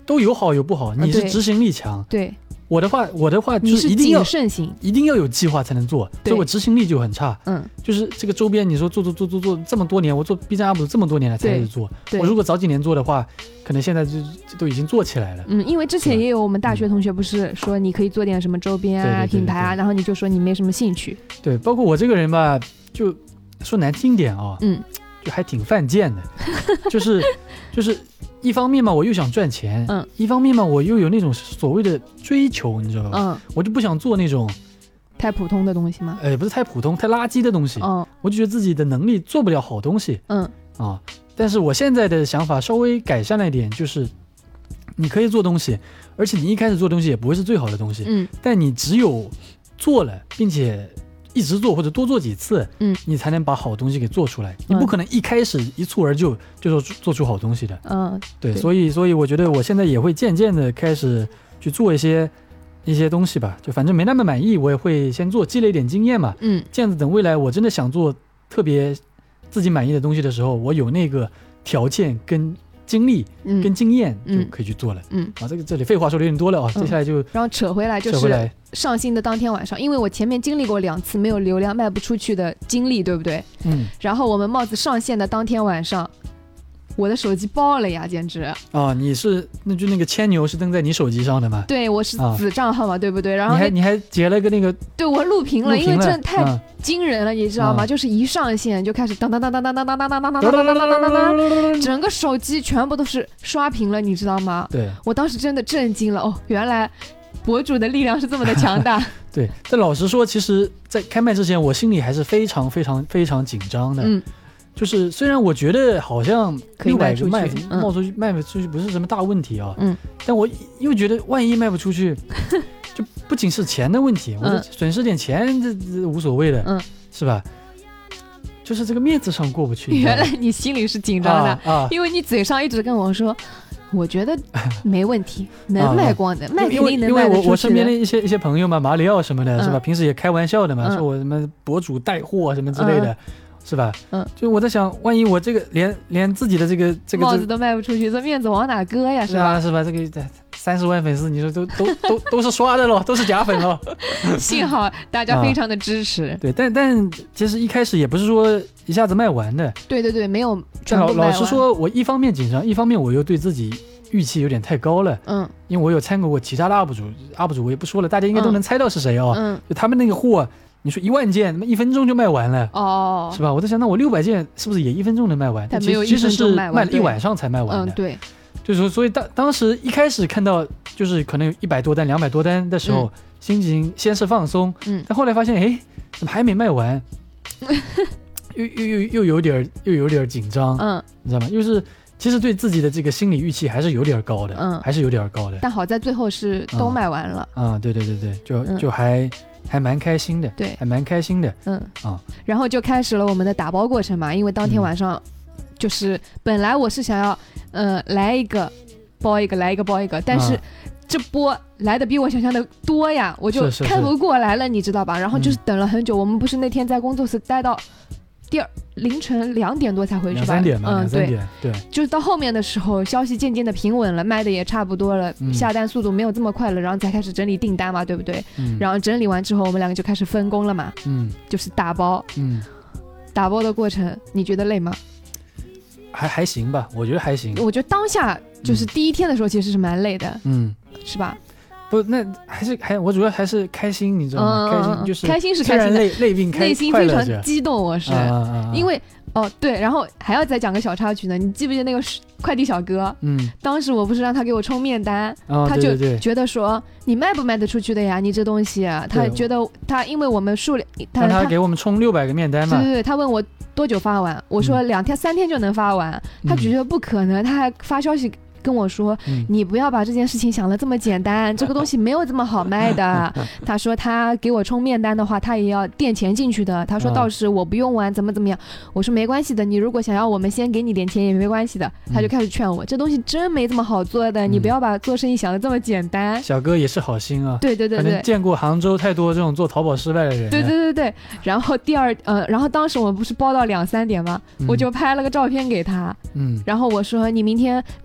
都有好有不好，你是执行力强。 对。 我的话就是一定要谨慎型， 一定要有计划才能做，所以我执行力就很差。就是这个周边你说做这么多年，我做 B 站 UP 主这么多年了才开始做，我如果早几年做的话，可能现在就都已经做起来了。 因为之前也有我们大学同学不是说你可以做点什么周边啊、品牌啊，然后你就说你没什么兴趣。 对，包括我这个人吧，就说难听点啊，就还挺犯贱的，就是一方面嘛，我又想赚钱，一方面嘛，我又有那种所谓的追求，你知道吧？我就不想做那种太普通的东西吗？ 不是太普通，太垃圾的东西。我就觉得自己的能力做不了好东西。但是我现在的想法稍微改善了一点，就是你可以做东西，而且你一开始做东西也不会是最好的东西，但你只有做了，并且一直做或者多做几次，你才能把好东西给做出来。你不可能一开始一蹴而就做出好东西的。对，所以我觉得我现在也会渐渐的开始去做一些东西吧，就反正没那么满意，我也会先做，积累一点经验嘛。这样子等未来我真的想做特别自己满意的东西的时候，我有那个条件跟经历跟经验就可以去做了。这里废话说的有点多了啊，接下来就然后扯回来就是上新的当天晚上，因为我前面经历过2次没有流量卖不出去的经历，对不对？然后我们帽子上线的当天晚上，我的手机爆了呀，简直啊！你是那个牵牛是登在你手机上的吗？ 对，我是子账号嘛，对不对？然后你还截了个那个， 对，我录屏了，因为真的太惊人了，你知道吗？就是一上线就开始当当当当当当当当当当当当当当当，整个手机全部都是刷屏了，你知道吗？ 对， 我当时真的震惊了，原来博主的力量是这么的强大。 对，但老实说，其实在开麦之前，我心里还是非常非常非常紧张的。就是虽然我觉得好像600个卖不出去不是什么大问题啊，但我又觉得万一卖不出去，就不仅是钱的问题，我损失点钱这无所谓的，是吧？就是这个面子上过不去。 原来你心里是紧张的，因为你嘴上一直跟我说，我觉得没问题，能卖光的，卖肯定能卖得出去的。 因为我身边的一些朋友嘛，马里奥什么的，是吧？平时也开玩笑的嘛，说我什么博主带货什么之类的。是吧？就我在想，万一我这个连自己的这个帽子都卖不出去，这面子往哪搁呀？是吧？ 是吧？这个30万粉丝，你说都是刷的咯，都是假粉咯。 幸好大家非常的支持。 对，但其实一开始也不是说一下子卖完的。 对，没有全部卖完。 老实说，我一方面紧张，一方面我又对自己预期有点太高了。因为我有参考过其他的 UP 主，我也不说了，大家应该都能猜到是谁啊。就他们那个货。你说1万件，1分钟就卖完了，是吧？我在想，那我600件是不是也1分钟能卖完？ 但没有其实是卖了1晚上才卖完的。 对， 就是说，所以当时一开始看到就是可能有100多单、200多单的时候，心情先是放松，但后来发现，怎么还没卖完？又有点紧张，你知道吗？就是其实对自己的这个心理预期还是有点高的，还是有点高的。 但好在最后是都卖完了。 对，就还蛮开心的， 对， 还蛮开心的， 然后就开始了我们的打包过程嘛，因为当天晚上就是本来我是想要来一个包一个，来一个包一个，但是这波来的比我想象的多呀，我就看不过来了，你知道吧？然后就是等了很久，我们不是那天在工作室待到凌晨2点多才回去吧 ，2-3点吧，对， 就是到后面的时候，消息渐渐的平稳了，卖的也差不多了，下单速度没有这么快了，然后才开始整理订单嘛，对不对？然后整理完之后，我们2个就开始分工了嘛，就是打包，打包的过程，你觉得累吗？ 还行吧，我觉得还行。 我觉得当下就是第一天的时候，其实是蛮累的，是吧？ 不，那我主要还是开心，你知道吗？开心就是开心是开心的， 累并内心非常激动，我是因为对，然后还要再讲个小插曲呢。你记不记得那个快递小哥？当时我不是让他给我充面单，他就觉得说你卖不卖得出去的呀？你这东西啊，他觉得他因为我们数量， 他给我们充600个面单嘛。 对，他问我多久发完，我说2天3天就能发完，他觉得不可能，他还发消息跟我说，你不要把这件事情想得这么简单，这个东西没有这么好卖的。他说他给我充面单的话，他也要垫钱进去的。他说到时我不用完怎么样。我说没关系的，你如果想要我们先给你点钱也没关系的。他就开始劝我，这东西真没这么好做的，你不要把做生意想得这么简单。 小哥也是好心啊， 对，可能见过杭州太多这种做淘宝失败的人。 对。然后然后当时我们不是包到2-3点吗？我就拍了个照片给他，然后我说你明天准备2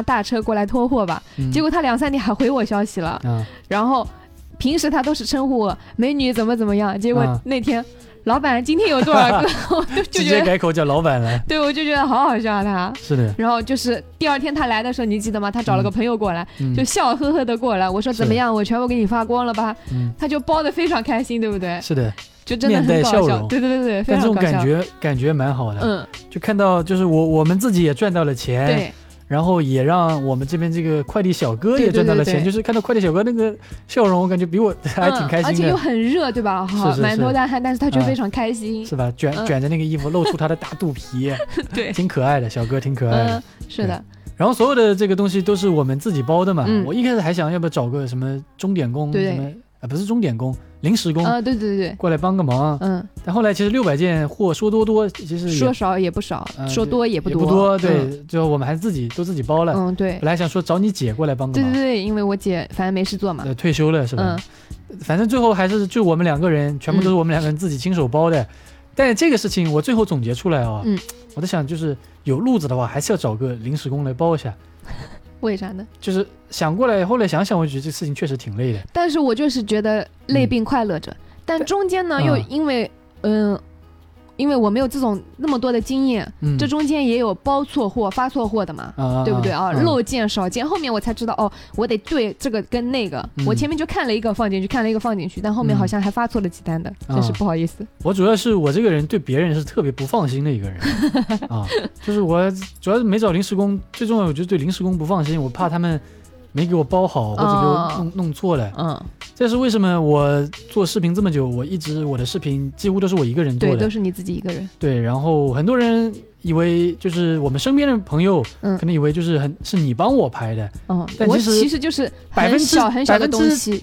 大车过来拖货吧，结果他2-3天还回我消息了，然后平时他都是称呼我美女怎么样，结果那天老板今天有多少个，我就直接改口叫老板了。 对，我就觉得好好笑他。 是的。 然后就是第2天他来的时候，你记得吗？他找了个朋友过来，就笑呵呵的过来。我说怎么样？我全部给你发光了吧？他就包得非常开心，对不对？ 是的。 就真的很搞笑。对，非常搞笑。 但这种感觉蛮好的。就看到就是我们自己也赚到了钱。 对。 然后也让我们这边这个快递小哥也赚到了钱，就是看到快递小哥那个笑容，我感觉比我还挺开心的，而且又很热，对吧？满头大汗，但是他却非常开心， 是吧？卷着那个衣服，露出他的大肚皮， 对， 挺可爱的，小哥挺可爱的， 是的。 然后所有的这个东西都是我们自己包的嘛。我一开始还想要不要找个什么钟点工，什么不是钟点工。临时工对， 过来帮个忙。但后来其实600件货说多，其实说少也不少，说多也不多。对，最后我们还自己包了。 对。 本来想说找你姐过来帮个忙。 对，因为我姐反正没事做嘛。 退休了是吧？反正最后还是就我们2个人，全部都是我们2个人自己亲手包的。但是这个事情我最后总结出来啊，我在想就是有路子的话，还是要找个临时工来包一下。 为啥呢？ 就是想过来，后来想想，我觉得这事情确实挺累的。 但是我就是觉得累并快乐着，但中间呢，又因为我没有这种那么多的经验，这中间也有包错货、发错货的嘛，对不对啊？漏件、少件，后面我才知道我得对这个跟那个，我前面就看了一个放进去，但后面好像还发错了几单的，真是不好意思。 我主要是我这个人对别人是特别不放心的一个人就是我主要是没找临时工，最重要我就对临时工不放心，我怕他们没给我包好，或者给我弄错了。这是为什么我做视频这么久，我的视频几乎都是我一个人做的。 对，都是你自己一个人。 对，然后很多人以为就是我们身边的朋友，可能以为就是是你帮我拍的。但其實就是很小的东西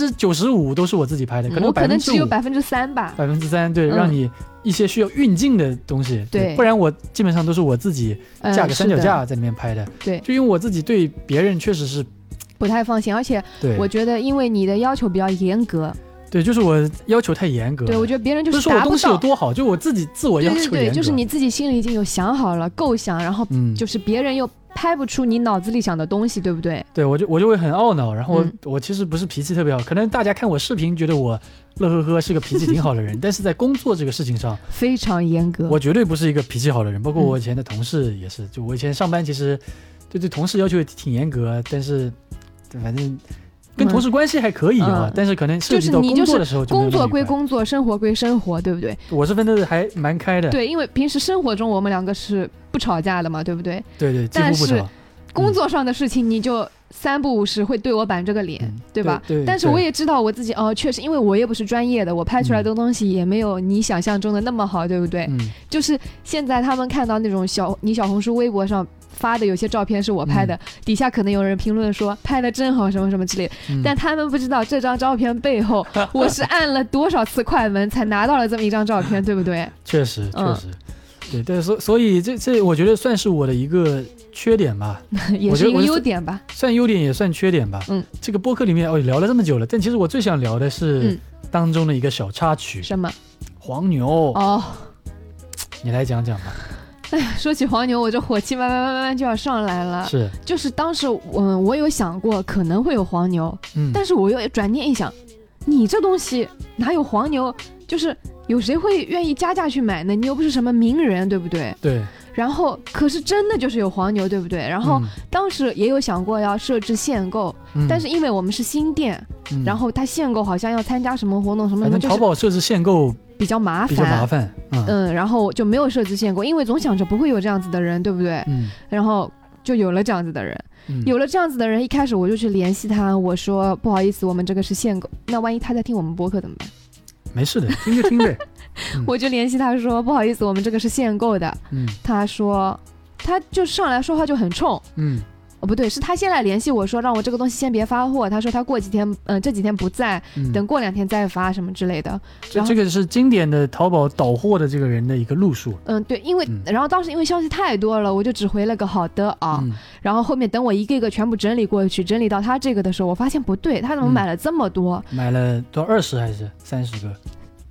，95%都是我自己拍的， 我可能只有3%吧。 3%，对，让你一些需要运镜的东西。对，不然我基本上都是我自己架个三脚架在里面拍的。 对， 就因为我自己对别人确实是不太放心，而且我觉得因为你的要求比较严格。 对，就是我要求太严格。 对，我觉得别人就是达不到。不是说我东西有多好，就我自己自我要求严格。 对，就是你自己心里已经有想好了构想，然后就是别人又拍不出你脑子里想的东西，对不对？ 对，我就会很懊恼。然后我其实不是脾气特别好，可能大家看我视频觉得我乐呵呵是个脾气挺好的人，但是在工作这个事情上非常严格。 我绝对不是一个脾气好的人，包括我以前的同事也是。就我以前上班其实对同事要求也挺严格，但是反正跟同事关系还可以但是可能涉及到工作的时候就工作归工作，生活归生活，对不对？ 我是分的还蛮开的。 对，因为平时生活中我们2个是不吵架的嘛，对不对？ 对，几乎不吵。 但是工作上的事情你就3不5时会对我板这个脸，对吧？ 对。 但是我也知道我自己确实，因为我也不是专业的，我拍出来的东西也没有你想象中的那么好，对不对？就是现在他们看到那种你小红书、微博上发的有些照片是我拍的，底下可能有人评论说拍的真好什么什么之类的，但他们不知道这张照片背后我是按了多少次快门才拿到了这么一张照片，对不对？ 确实对，所以这我觉得算是我的一个缺点吧也是一个优点吧， 算优点也算缺点吧。这个播客里面聊了这么久了，但其实我最想聊的是当中的一个小插曲。 什么？ 黄牛你来讲讲吧。 哎呀，说起黄牛，我这火气慢慢就要上来了。 是， 就是当时我有想过可能会有黄牛，但是我又转念一想，你这东西哪有黄牛？就是有谁会愿意加价去买呢？你又不是什么名人，对不对？ 对。 然后可是真的就是有黄牛，对不对？然后当时也有想过要设置限购，但是因为我们是新店，然后它限购好像要参加什么活动什么， 反正淘宝设置限购比较麻烦，然后就没有设置限购，因为总想着不会有这样子的人，对不对？然后就有了这样子的人，有了这样子的人，一开始我就去联系他，我说不好意思，我们这个是限购，那万一他在听我们播客怎么办？ 没事的，听就听呗。 我就联系他说不好意思，我们这个是限购的。他说他就上来说话就很冲。不对，是他先来联系我说让我这个东西先别发货，他说他过几天这几天不在，等过2天再发什么之类的。 这个是经典的淘宝倒货的这个人的一个路数。 对，因为然后当时因为消息太多了，我就只回了个好的啊。然后后面等我一个一个全部整理过去，整理到他这个的时候，我发现不对，他怎么买了这么多？ 买了多20还是30个？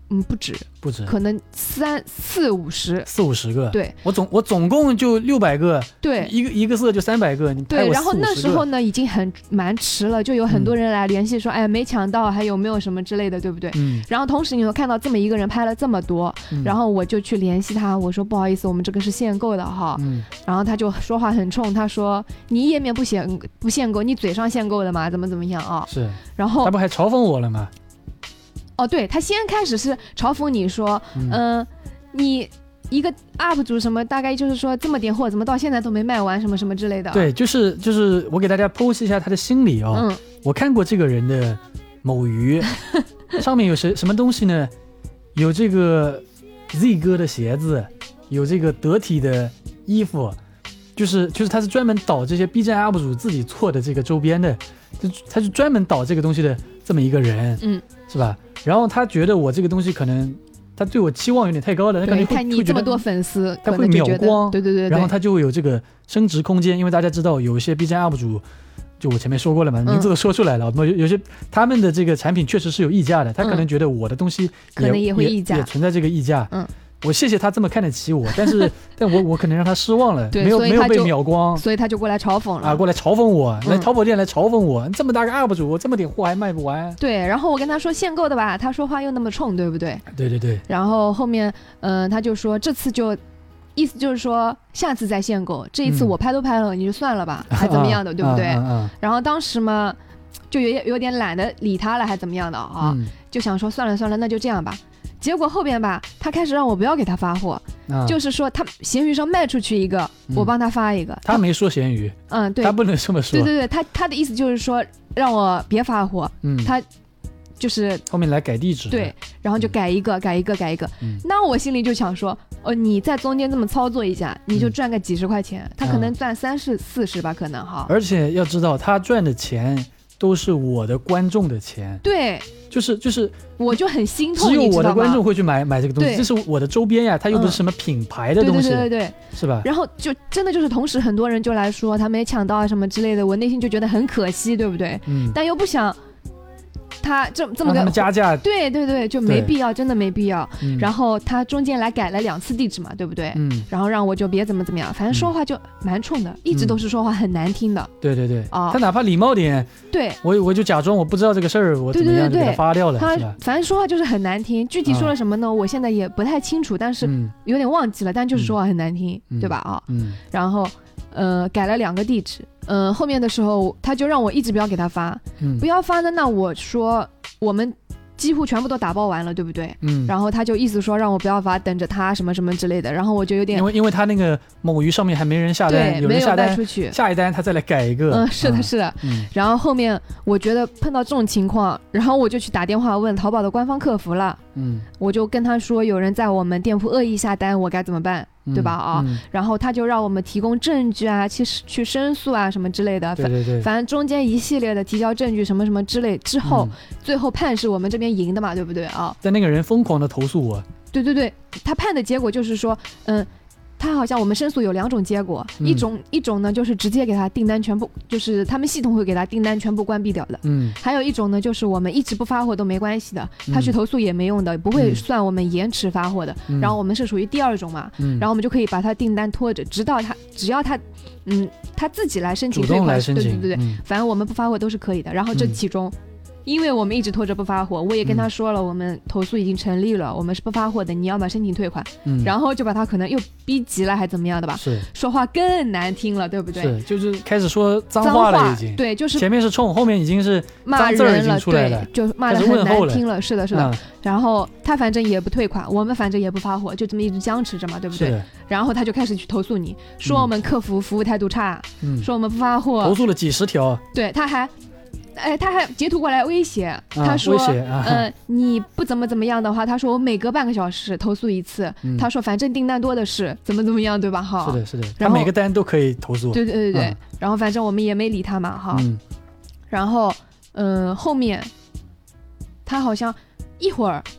不止，可能四五十个。对， 我总共就600个， 对， 一个色就300个，你拍我4-50个。 对，然后那时候呢已经蛮迟了，就有很多人来联系说，哎，没抢到，还有没有什么之类的，对不对？然后同时你会看到这么一个人拍了这么多，然后我就去联系他，我说不好意思，我们这个是限购的哈。然后他就说话很冲，他说你页面不限购，你嘴上限购的嘛，怎么样啊？ 是， 然后他不还嘲讽我了吗？ 哦，对，他先开始是嘲讽你说，你一个 UP 主什么，大概就是说这么点货，怎么到现在都没卖完，什么什么之类的。 对，就是我给大家剖析一下他的心理哦。我看过这个人的某鱼，上面有什么东西呢？有这个 Z 哥的鞋子，有这个得体的衣服，就是他是专门导这些 B 站 UP 主自己做的这个周边的，他是专门导这个东西的这么一个人，是吧？然后他觉得我这个东西可能他对我期望有点太高了，他可能会看你这么多粉丝， 他会秒光， 对， 然后他就会有这个升值空间。因为大家知道有一些 B 站 UP 主，就我前面说过了嘛，名字都说出来了，有些他们的这个产品确实是有溢价的，他可能觉得我的东西可能也会溢价， 也存在这个溢价。我谢谢他这么看得起我，但我可能让他失望了，没有被秒光， 所以他就过来嘲讽了过来嘲讽我，来淘宝店来嘲讽我，这么大个 UP 主，我这么点货还卖不完。 对，然后我跟他说限购的吧，他说话又那么冲，对不对？ 对。 然后后面他就说这次就意思就是说下次再限购，这一次我拍都拍了，你就算了吧，还怎么样的，对不对？然后当时嘛就有点懒得理他了，还怎么样的啊？就想说算了，那就这样吧。结果后边吧，他开始让我不要给他发货，就是说他闲鱼上卖出去一个，我帮他发一个。 他没说闲鱼， 对， 他不能这么说。 对，他的意思就是说让我别发货，他就是后面来改地址， 对，然后就改一个。那我心里就想说，你在中间这么操作一下，你就赚个几十块钱，他可能赚30-40吧，可能哈。 而且要知道，他赚的钱都是我的观众的钱， 对。 就是我就很心痛， 只有我的观众会去买这个东西，这是我的周边呀，它又不是什么品牌的东西， 对， 是吧？ 然后就真的就是同时很多人就来说他没抢到啊什么之类的，我内心就觉得很可惜，对不对？但又不想他这么个加价， 对，就没必要，真的没必要。然后他中间来改了2次地址嘛，对不对？然后让我就别怎么样，反正说话就蛮冲的，一直都是说话很难听的。 对，他哪怕礼貌点， 对， 我就假装我不知道这个事儿，我怎么样就给他发掉了。 他反正说话就是很难听，具体说了什么呢？我现在也不太清楚，但是有点忘记了，但就是说话很难听，对吧？然后改了2个地址。后面的时候他就让我一直不要给他发，不要发呢，那我说我们几乎全部都打包完了，对不对？然后他就意思说让我不要发，等着他什么什么之类的，然后我就有点因为他那个某鱼上面还没人下单，有人下单没有带出去， 下一单他再来改一个。 是的。然后后面我觉得碰到这种情况，然后我就去打电话问淘宝的官方客服了，我就跟他说有人在我们店铺恶意下单，我该怎么办？对吧？然后他就让我们提供证据啊，去申诉啊什么之类的。 对， 反正中间一系列的提交证据什么什么之类之后，最后判是我们这边赢的嘛，对不对啊？ 但那个人疯狂的投诉我。 对，他判的结果就是说，他好像我们申诉有2种结果，一种呢就是直接给他订单全部，就是他们系统会给他订单全部关闭掉的，还有一种呢就是我们一直不发货都没关系的，他去投诉也没用的，不会算我们延迟发货的，然后我们是属于第2种嘛，然后我们就可以把他订单拖着，只要他他自己来申请退款，对，反正我们不发货都是可以的，然后这其中。因为我们一直拖着不发货，我也跟他说了，我们投诉已经成立了，我们是不发货的，你要么申请退款，然后就把他可能又逼急了，还怎么样的吧？ 是说话更难听了，对不对？ 是，就是开始说脏话了，已经。 对，就是前面是冲，后面已经是骂人了，对，就骂得很难听了，是的。然后他反正也不退款，我们反正也不发货，就这么一直僵持着嘛，对不对？然后他就开始去投诉你，说我们客服服务态度差，说我们不发货， 投诉了几十条。 对，他还截图过来威胁，他说，你不怎么样的话，他说我每隔半个小时投诉一次，他说反正订单多的是，怎么样，对吧？哈， 是的，他每个单都可以投诉。 对，然后反正我们也没理他嘛，哈，然后后面他好像一会儿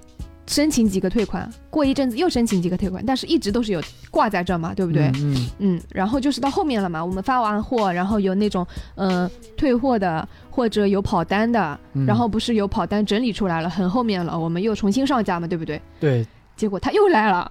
申请几个退款，过一阵子又申请几个退款，但是一直都是有挂在这嘛，对不对？然后就是到后面了嘛，我们发完货，然后有那种退货的或者有跑单的，然后不是有跑单整理出来了，很后面了，我们又重新上架嘛，对不对？ 对。 结果他又来了。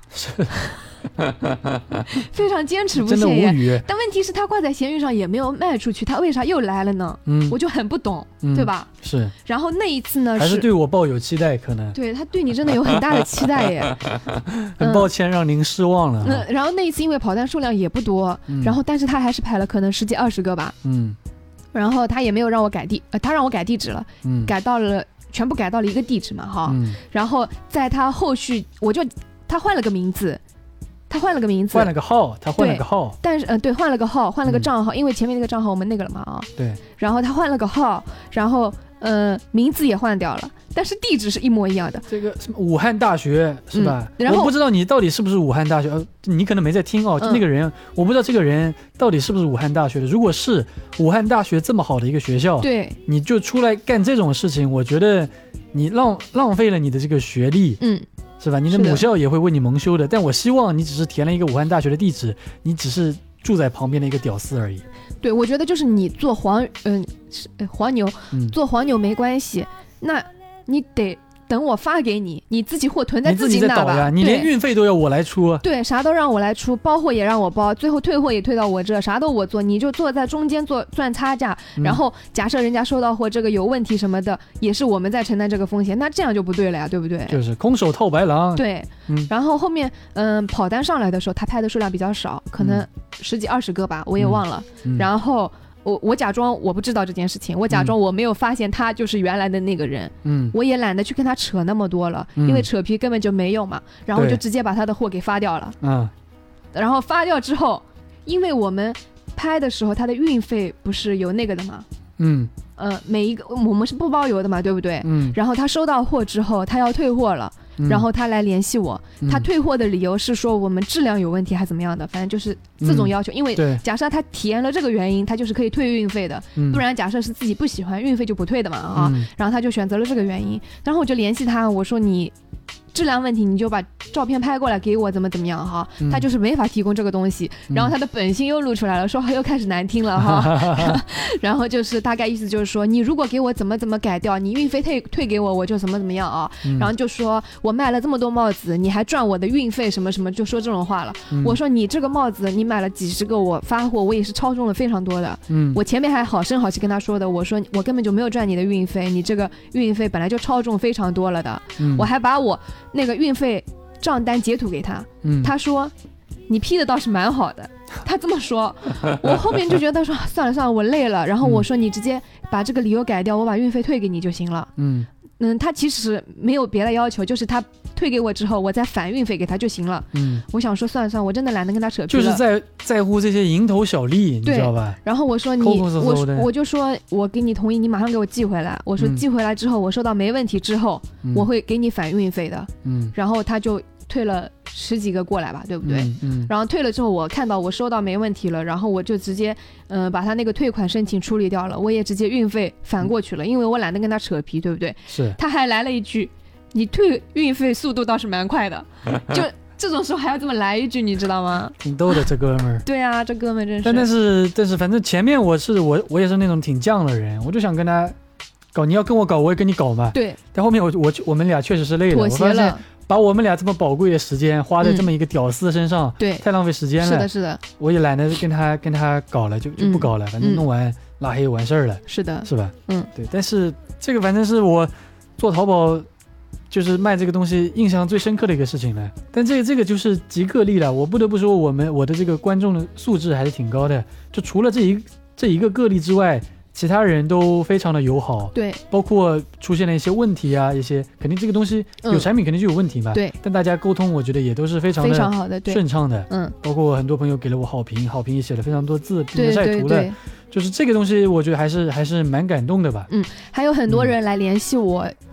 非常坚持不懈， 真的无语。 但问题是他挂在闲鱼上也没有卖出去，他为啥又来了呢？我就很不懂，对吧？ 是。 然后那一次呢， 还是对我抱有期待，可能。 对，他对你真的有很大的期待耶。 很抱歉让您失望了。 然后那一次因为跑单数量也不多，然后但是他还是排了可能10几20个吧。然后他也没有让我改他让我改地址了，全部改到了一个地址嘛，哈。然后在他后续他换了个名字，换了个号，但是对，换了个号，换了个账号，因为前面那个账号我们那个了嘛啊。 对。 然后他换了个号，然后名字也换掉了，但是地址是一模一样的。 这个什么武汉大学是吧？然后我不知道你到底是不是武汉大学，你可能没在听哦。那个人我不知道这个人到底是不是武汉大学的。如果是武汉大学这么好的一个学校， 对， 你就出来干这种事情，我觉得你浪费了你的这个学历。是吧？你的母校也会为你蒙羞的。但我希望你只是填了一个武汉大学的地址，你只是住在旁边的一个屌丝而已。 对，我觉得就是你做黄牛，做黄牛没关系，那你得等我发给你，你自己货囤在自己那吧。 你连运费都要我来出。 对，啥都让我来出，包货也让我包，最后退货也退到我这，啥都我做，你就坐在中间赚差价。然后假设人家收到货这个有问题什么的，也是我们在承担这个风险，那这样就不对了呀，对不对？ 就是空手套白狼。 对，然后后面跑单上来的时候，他拍的数量比较少，可能10几20个吧，我也忘了。然后我假装我不知道这件事情，我假装我没有发现他就是原来的那个人。我也懒得去跟他扯那么多了，因为扯皮根本就没用嘛。然后我就直接把他的货给发掉了。然后发掉之后，因为我们拍的时候他的运费不是有那个的嘛。每一个我们是不包邮的嘛，对不对？然后他收到货之后，他要退货了。然后他来联系我，他退货的理由是说我们质量有问题还怎么样的，反正就是这种要求。因为假设他体验了这个原因，他就是可以退运费的，不然假设是自己不喜欢，运费就不退的嘛啊。然后他就选择了这个原因，然后我就联系他，我说你质量问题你就把照片拍过来给我，怎么样哈。他就是没法提供这个东西，然后他的本性又露出来了，说话又开始难听了哈。然后就是大概意思就是说，你如果给我怎么改掉，你运费退给我，我就怎么样啊。然后就说我卖了这么多帽子，你还赚我的运费什么，就说这种话了。我说你这个帽子你买了几十个，我发货我也是超重了非常多的。我前面还好声好气跟他说的，我说我根本就没有赚你的运费，你这个运费本来就超重非常多了的。我还把我那个运费账单截图给他。他说你批的倒是蛮好的，他这么说。我后面就觉得说算了我累了，然后我说你直接把这个理由改掉，我把运费退给你就行了。他其实没有别的要求，就是他退给我之后，我再返运费给他就行了。我想说算了，我真的懒得跟他扯皮了。 就是在乎这些蝇头小利，你知道吧？ 然后我说我就说我给你同意，你马上给我寄回来。我说寄回来之后，我收到没问题之后，我会给你返运费的。然后他就退了10几个过来吧，对不对？然后退了之后，我看到我收到没问题了，然后我就直接把他那个退款申请处理掉了，我也直接运费返过去了，因为我懒得跟他扯皮，对不对？ 是。他还来了一句，你退运费速度倒是蛮快的，就这种时候还要这么来一句，你知道吗？ 挺逗的这哥们儿。对啊，这哥们儿真是。 但是反正前面我也是那种挺犟的人，我就想跟他搞，你要跟我搞我也跟你搞嘛。 对。 但后面我们俩确实是累了， 妥协了。 把我们俩这么宝贵的时间花在这么一个屌丝身上， 对， 太浪费时间了。 是的， 我也懒得跟他搞了，就不搞了，反正弄完拉黑完事儿了。 是的， 是吧？对。但是这个反正是我做淘宝就是卖这个东西印象最深刻的一个事情了。但这个就是极个例了，我不得不说我的这个观众的素质还是挺高的。就除了这一个个例之外，其他人都非常的友好， 对， 包括出现了一些问题啊，一些肯定这个东西有产品肯定就有问题嘛， 对， 但大家沟通我觉得也都是非常好的， 顺畅的，包括很多朋友给了我好评也写了非常多字，并且晒图的，就是这个东西我觉得还是蛮感动的吧。 还有很多人来联系我，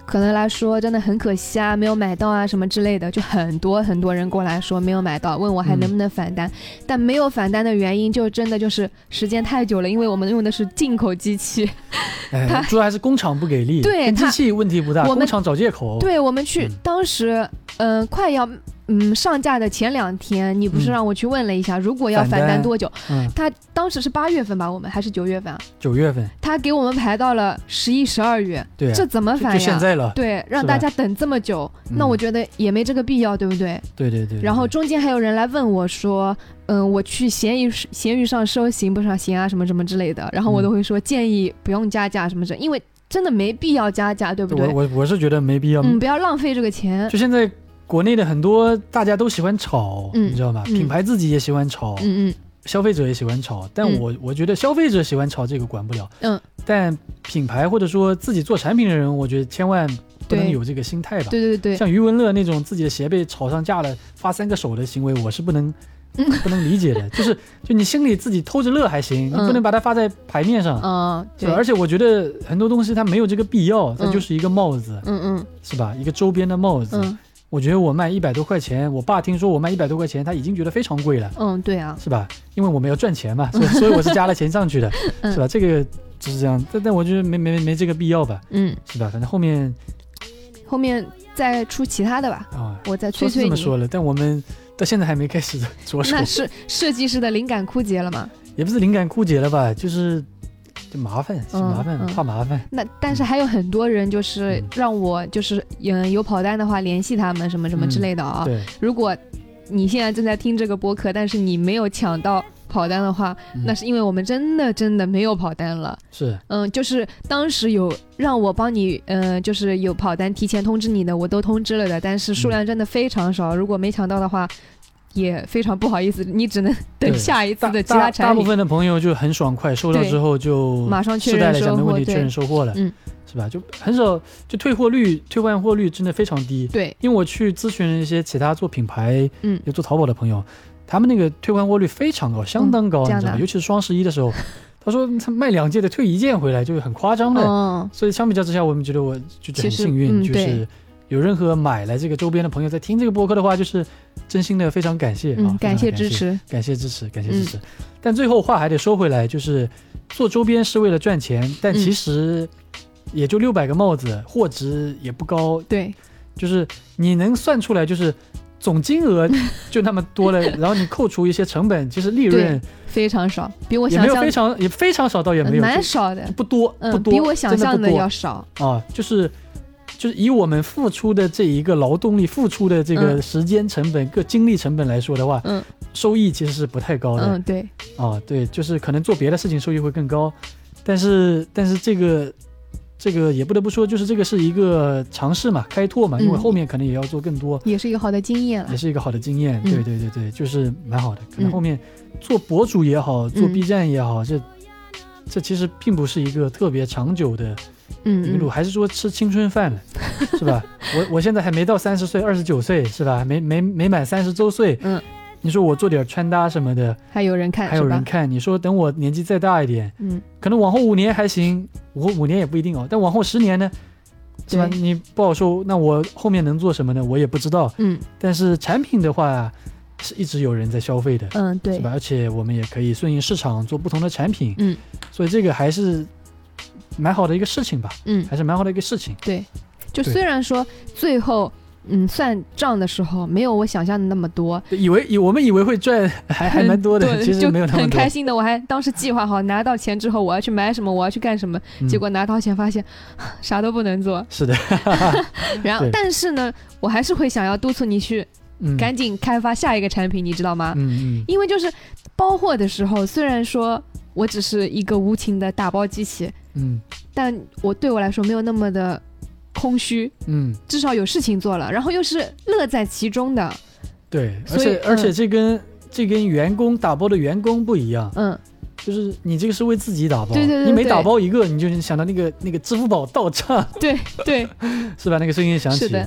可能来说真的很可惜啊，没有买到啊什么之类的，就很多人过来说没有买到，问我还能不能返单，但没有返单的原因就真的就是时间太久了，因为我们用的是进口机器， 主要还是工厂不给力， 对， 跟机器问题不大，工厂找借口。 对，我们去当时快要上架的前2天，你不是让我去问了一下，如果要返单多久？他当时是8月份吧，我们还是9月份啊 ？9月份， 他给我们排到了11、12月， 对、 这怎么返呀？ 就现在了， 对，让大家等这么久，那我觉得也没这个必要，对不对？ 对。 然后中间还有人来问我说，我去闲鱼上收行不行啊，什么什么之类的，然后我都会说建议不用加价什么的，因为真的没必要加价，对不对？ 我是觉得没必要， 不要浪费这个钱。 就现在。国内的很多大家都喜欢炒，你知道吗？品牌自己也喜欢炒，消费者也喜欢炒，但我觉得消费者喜欢炒这个管不了，但品牌或者说自己做产品的人，我觉得千万不能有这个心态吧。 对， 像余文乐那种自己的鞋被炒上架了，发3个手的行为，我是不能理解的。就你心里自己偷着乐还行，你不能把它发在牌面上，对吧？而且我觉得很多东西它没有这个必要，它就是一个帽子，是吧？一个周边的帽子。我觉得我卖100多块钱，我爸听说我卖100多块钱，他已经觉得非常贵了。 对啊， 是吧？因为我们要赚钱嘛，所以我是加了钱上去的，是吧？这个就是这样，但我觉得没这个必要吧，是吧？反正后面再出其他的吧。我再催催你。 这么说了，但我们到现在还没开始着手。 那是设计师的灵感枯竭了吗？ 也不是灵感枯竭了吧，就麻烦，怕麻烦。 那但是还有很多人就是让我就是有跑单的话联系他们什么什么之类的啊。 对， 如果你现在正在听这个播客，但是你没有抢到跑单的话，那是因为我们真的没有跑单了。 是， 就是当时有让我帮你，就是有跑单提前通知你的，我都通知了的，但是数量真的非常少。如果没抢到的话，也非常不好意思，你只能等下一次的其他产品。 大部分的朋友就很爽快，收到之后就马上确认收货， 没问题，确认收货了，是吧？就很少，就退换货率真的非常低。 对， 因为我去咨询了一些其他做品牌、有做淘宝的朋友，他们那个退换货率非常高，相当高，你知道吗？尤其是双11的时候，他说他卖2件的退1件回来，就很夸张的。所以相比较之下，我们觉得我就很幸运，就是有任何买来这个周边的朋友在听这个播客的话，就是真心的非常感谢啊， 感谢支持。 但最后话还得说回来，就是做周边是为了赚钱，但其实也就600个帽子，货值也不高。 对， 就是你能算出来，就是总金额就那么多了，然后你扣除一些成本，其实利润非常少，比我想象也非常少，倒也没有， 蛮少的， 不多， 比我想象的要少啊，就是以我们付出的这一个劳动力、付出的这个时间成本、各精力成本来说的话，收益其实是不太高的。 对， 对，就是可能做别的事情收益会更高，但是这个也不得不说，就是这个是一个尝试嘛，开拓嘛，因为后面可能也要做更多， 也是一个好的经验了， 对，就是蛮好的。可能后面做博主也好，做 B 站也好，这其实并不是一个特别长久的一个路，还是说吃青春饭了，是吧？我现在还没到30岁，29岁是吧？没满30周岁，你说我做点穿搭什么的， 还有人看， 你说等我年纪再大一点，可能往后5年还行，5年也不一定但往后10年呢，是吧？你不好说，那我后面能做什么呢？我也不知道。但是产品的话是一直有人在消费的， 对， 是吧？而且我们也可以顺应市场做不同的产品，所以这个还是蛮好的一个事情吧，还是蛮好的一个事情。 对，就虽然说最后算账的时候没有我想象的那么多， 我们以为会赚还蛮多的，其实没有那么多， 很开心的。我还当时计划好拿到钱之后我要去买什么，我要去干什么，结果拿到钱发现啥都不能做。 是的然后但是呢，我还是会想要督促你去赶紧开发下一个产品，你知道吗？因为就是包货的时候，虽然说我只是一个无情的打包机器，但对我来说没有那么的空虚，至少有事情做了，然后又是乐在其中的。 对，而且这跟员工打包的员工不一样，就是你这个是为自己打包， 对， 你每打包一个，你就想到那个支付宝到账， 对， 是吧？那个声音响起，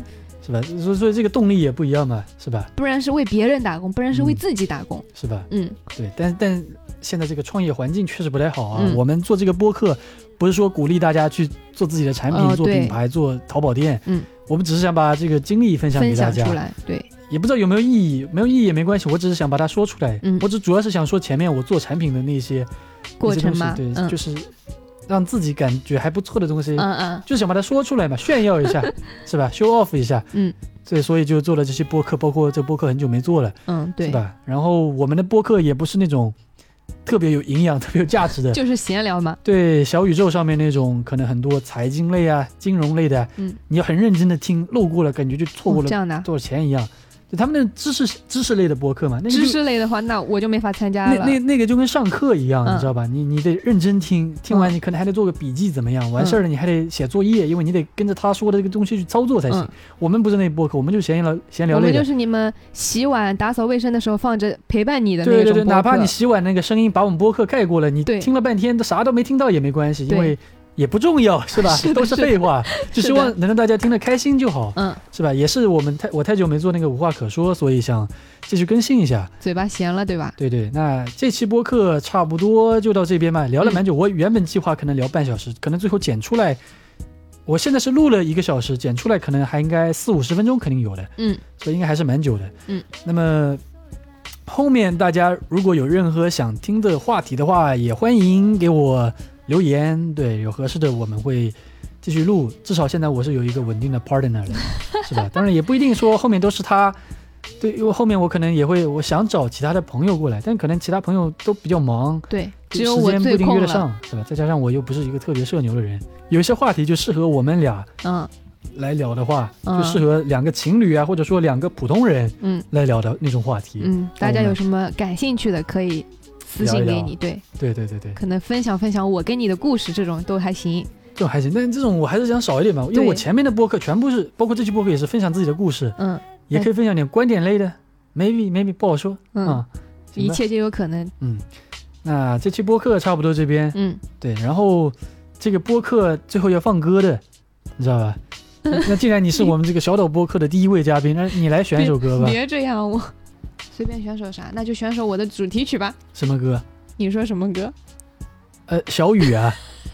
是吧？所以这个动力也不一样嘛，是吧？ 不然是为别人打工，不然是为自己打工， 是吧？对。但现在这个创业环境确实不太好啊。我们做这个播客，不是说鼓励大家去做自己的产品、做品牌、做淘宝店。我们只是想把这个经历分享给大家， 出来，对。 也不知道有没有意义，没有意义也没关系，我只是想把它说出来。我主要是想说前面我做产品的那些过程嘛， 对，就是让自己感觉还不错的东西，就是想把它说出来嘛，炫耀一下，是吧 ？show off 一下，对，所以就做了这些播客，包括这播客很久没做了， 对， 是吧？然后我们的播客也不是那种特别有营养、特别有价值的， 就是闲聊嘛。 对，小宇宙上面那种可能很多财经类啊、金融类的，你要很认真的听，漏过了感觉就错过了多少钱一样。就他们的知识类的播客嘛， 知识类的话，那我就没法参加了。 那个就跟上课一样，你知道吧？你得认真听，听完你可能还得做个笔记，怎么样？完事儿了你还得写作业，因为你得跟着他说的这个东西去操作才行。我们不是那播客，我们就闲聊类的。我们就是你们洗碗、打扫卫生的时候放着陪伴你的那种播客。 对，哪怕你洗碗那个声音把我们播客盖过了，你听了半天都啥都没听到也没关系，因为也不重要，是吧？都是废话，就希望能让大家听得开心就好，是吧？也是我太久没做那个无话可说，所以想继续更新一下， 嘴巴闲了，对吧？ 对。那这期播客差不多就到这边吧，聊了蛮久。我原本计划可能聊半小时，可能最后剪出来，我现在是录了1个小时，剪出来可能还应该40-50分钟肯定有的，所以应该还是蛮久的，那么后面大家如果有任何想听的话题的话，也欢迎给我留言，对，有合适的我们会继续录，至少现在我是有一个稳定的 partner 的，是吧？当然也不一定说后面都是他，对，因为后面我可能也会，我想找其他的朋友过来，但可能其他朋友都比较忙， 对，只有我最空了，时间不一定约得上， 是吧？再加上我又不是一个特别社牛的人，有一些话题就适合我们俩来聊的话，就适合2个情侣啊，或者说2个普通人来聊的那种话题。 大家有什么感兴趣的可以私信给你，对，可能分享我跟你的故事，这种都还行， 这种还行，但这种我还是想少一点吧，因为我前面的播客全部是，包括这期播客也是分享自己的故事，也可以分享点观点类的 ，maybe 不好说， 一切皆有可能， 那这期播客差不多这边，对，然后这个播客最后要放歌的，你知道吧？那既然你是我们这个小岛播客的第1位嘉宾，那你来选一首歌吧。 别这样，我随便选首啥，那就选首我的主题曲吧。 什么歌？ 你说什么歌？ 小雨啊。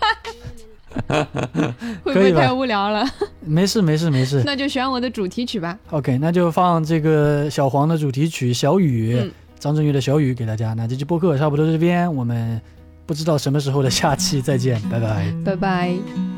会不会太无聊了？ 没事。 那就选我的主题曲吧。 OK， 那就放这个小黄的主题曲《小雨》，张震岳的《小雨》给大家。那这期播客差不多这边，我们不知道什么时候的下期再见，拜拜。 拜拜。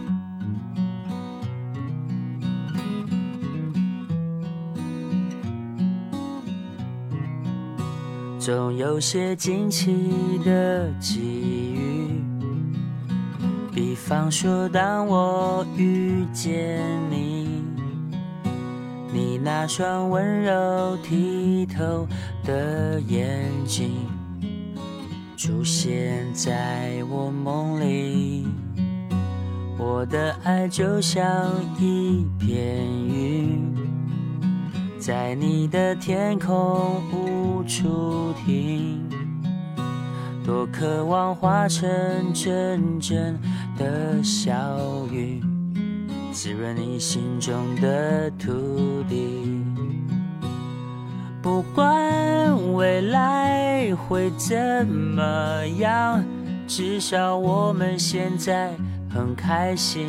总有些惊奇的际遇，比方说当我遇见你，你那双温柔剔透的眼睛出现在我梦里，我的爱就像一片云，在你的天空无处停，多渴望化成阵阵的小雨，滋润你心中的土地。不管未来会怎么样，至少我们现在很开心。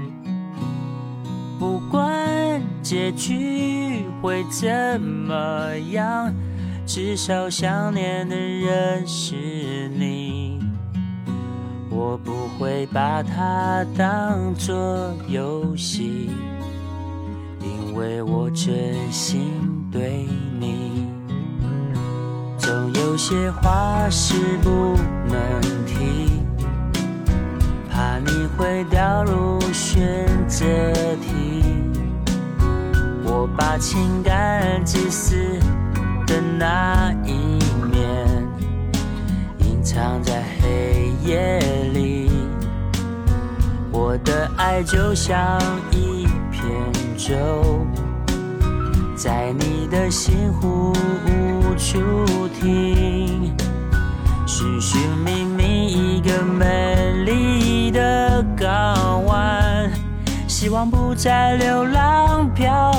不管结局会怎么样，至少想念的人是你。我不会把它当作游戏，因为我真心对你。总有些话是不能提，怕你会掉入选择题。我把情感自私的那一面隐藏在黑夜里，我的爱就像一片舟，在你的心湖无处停，寻寻觅觅一个美丽的港湾，希望不再流浪漂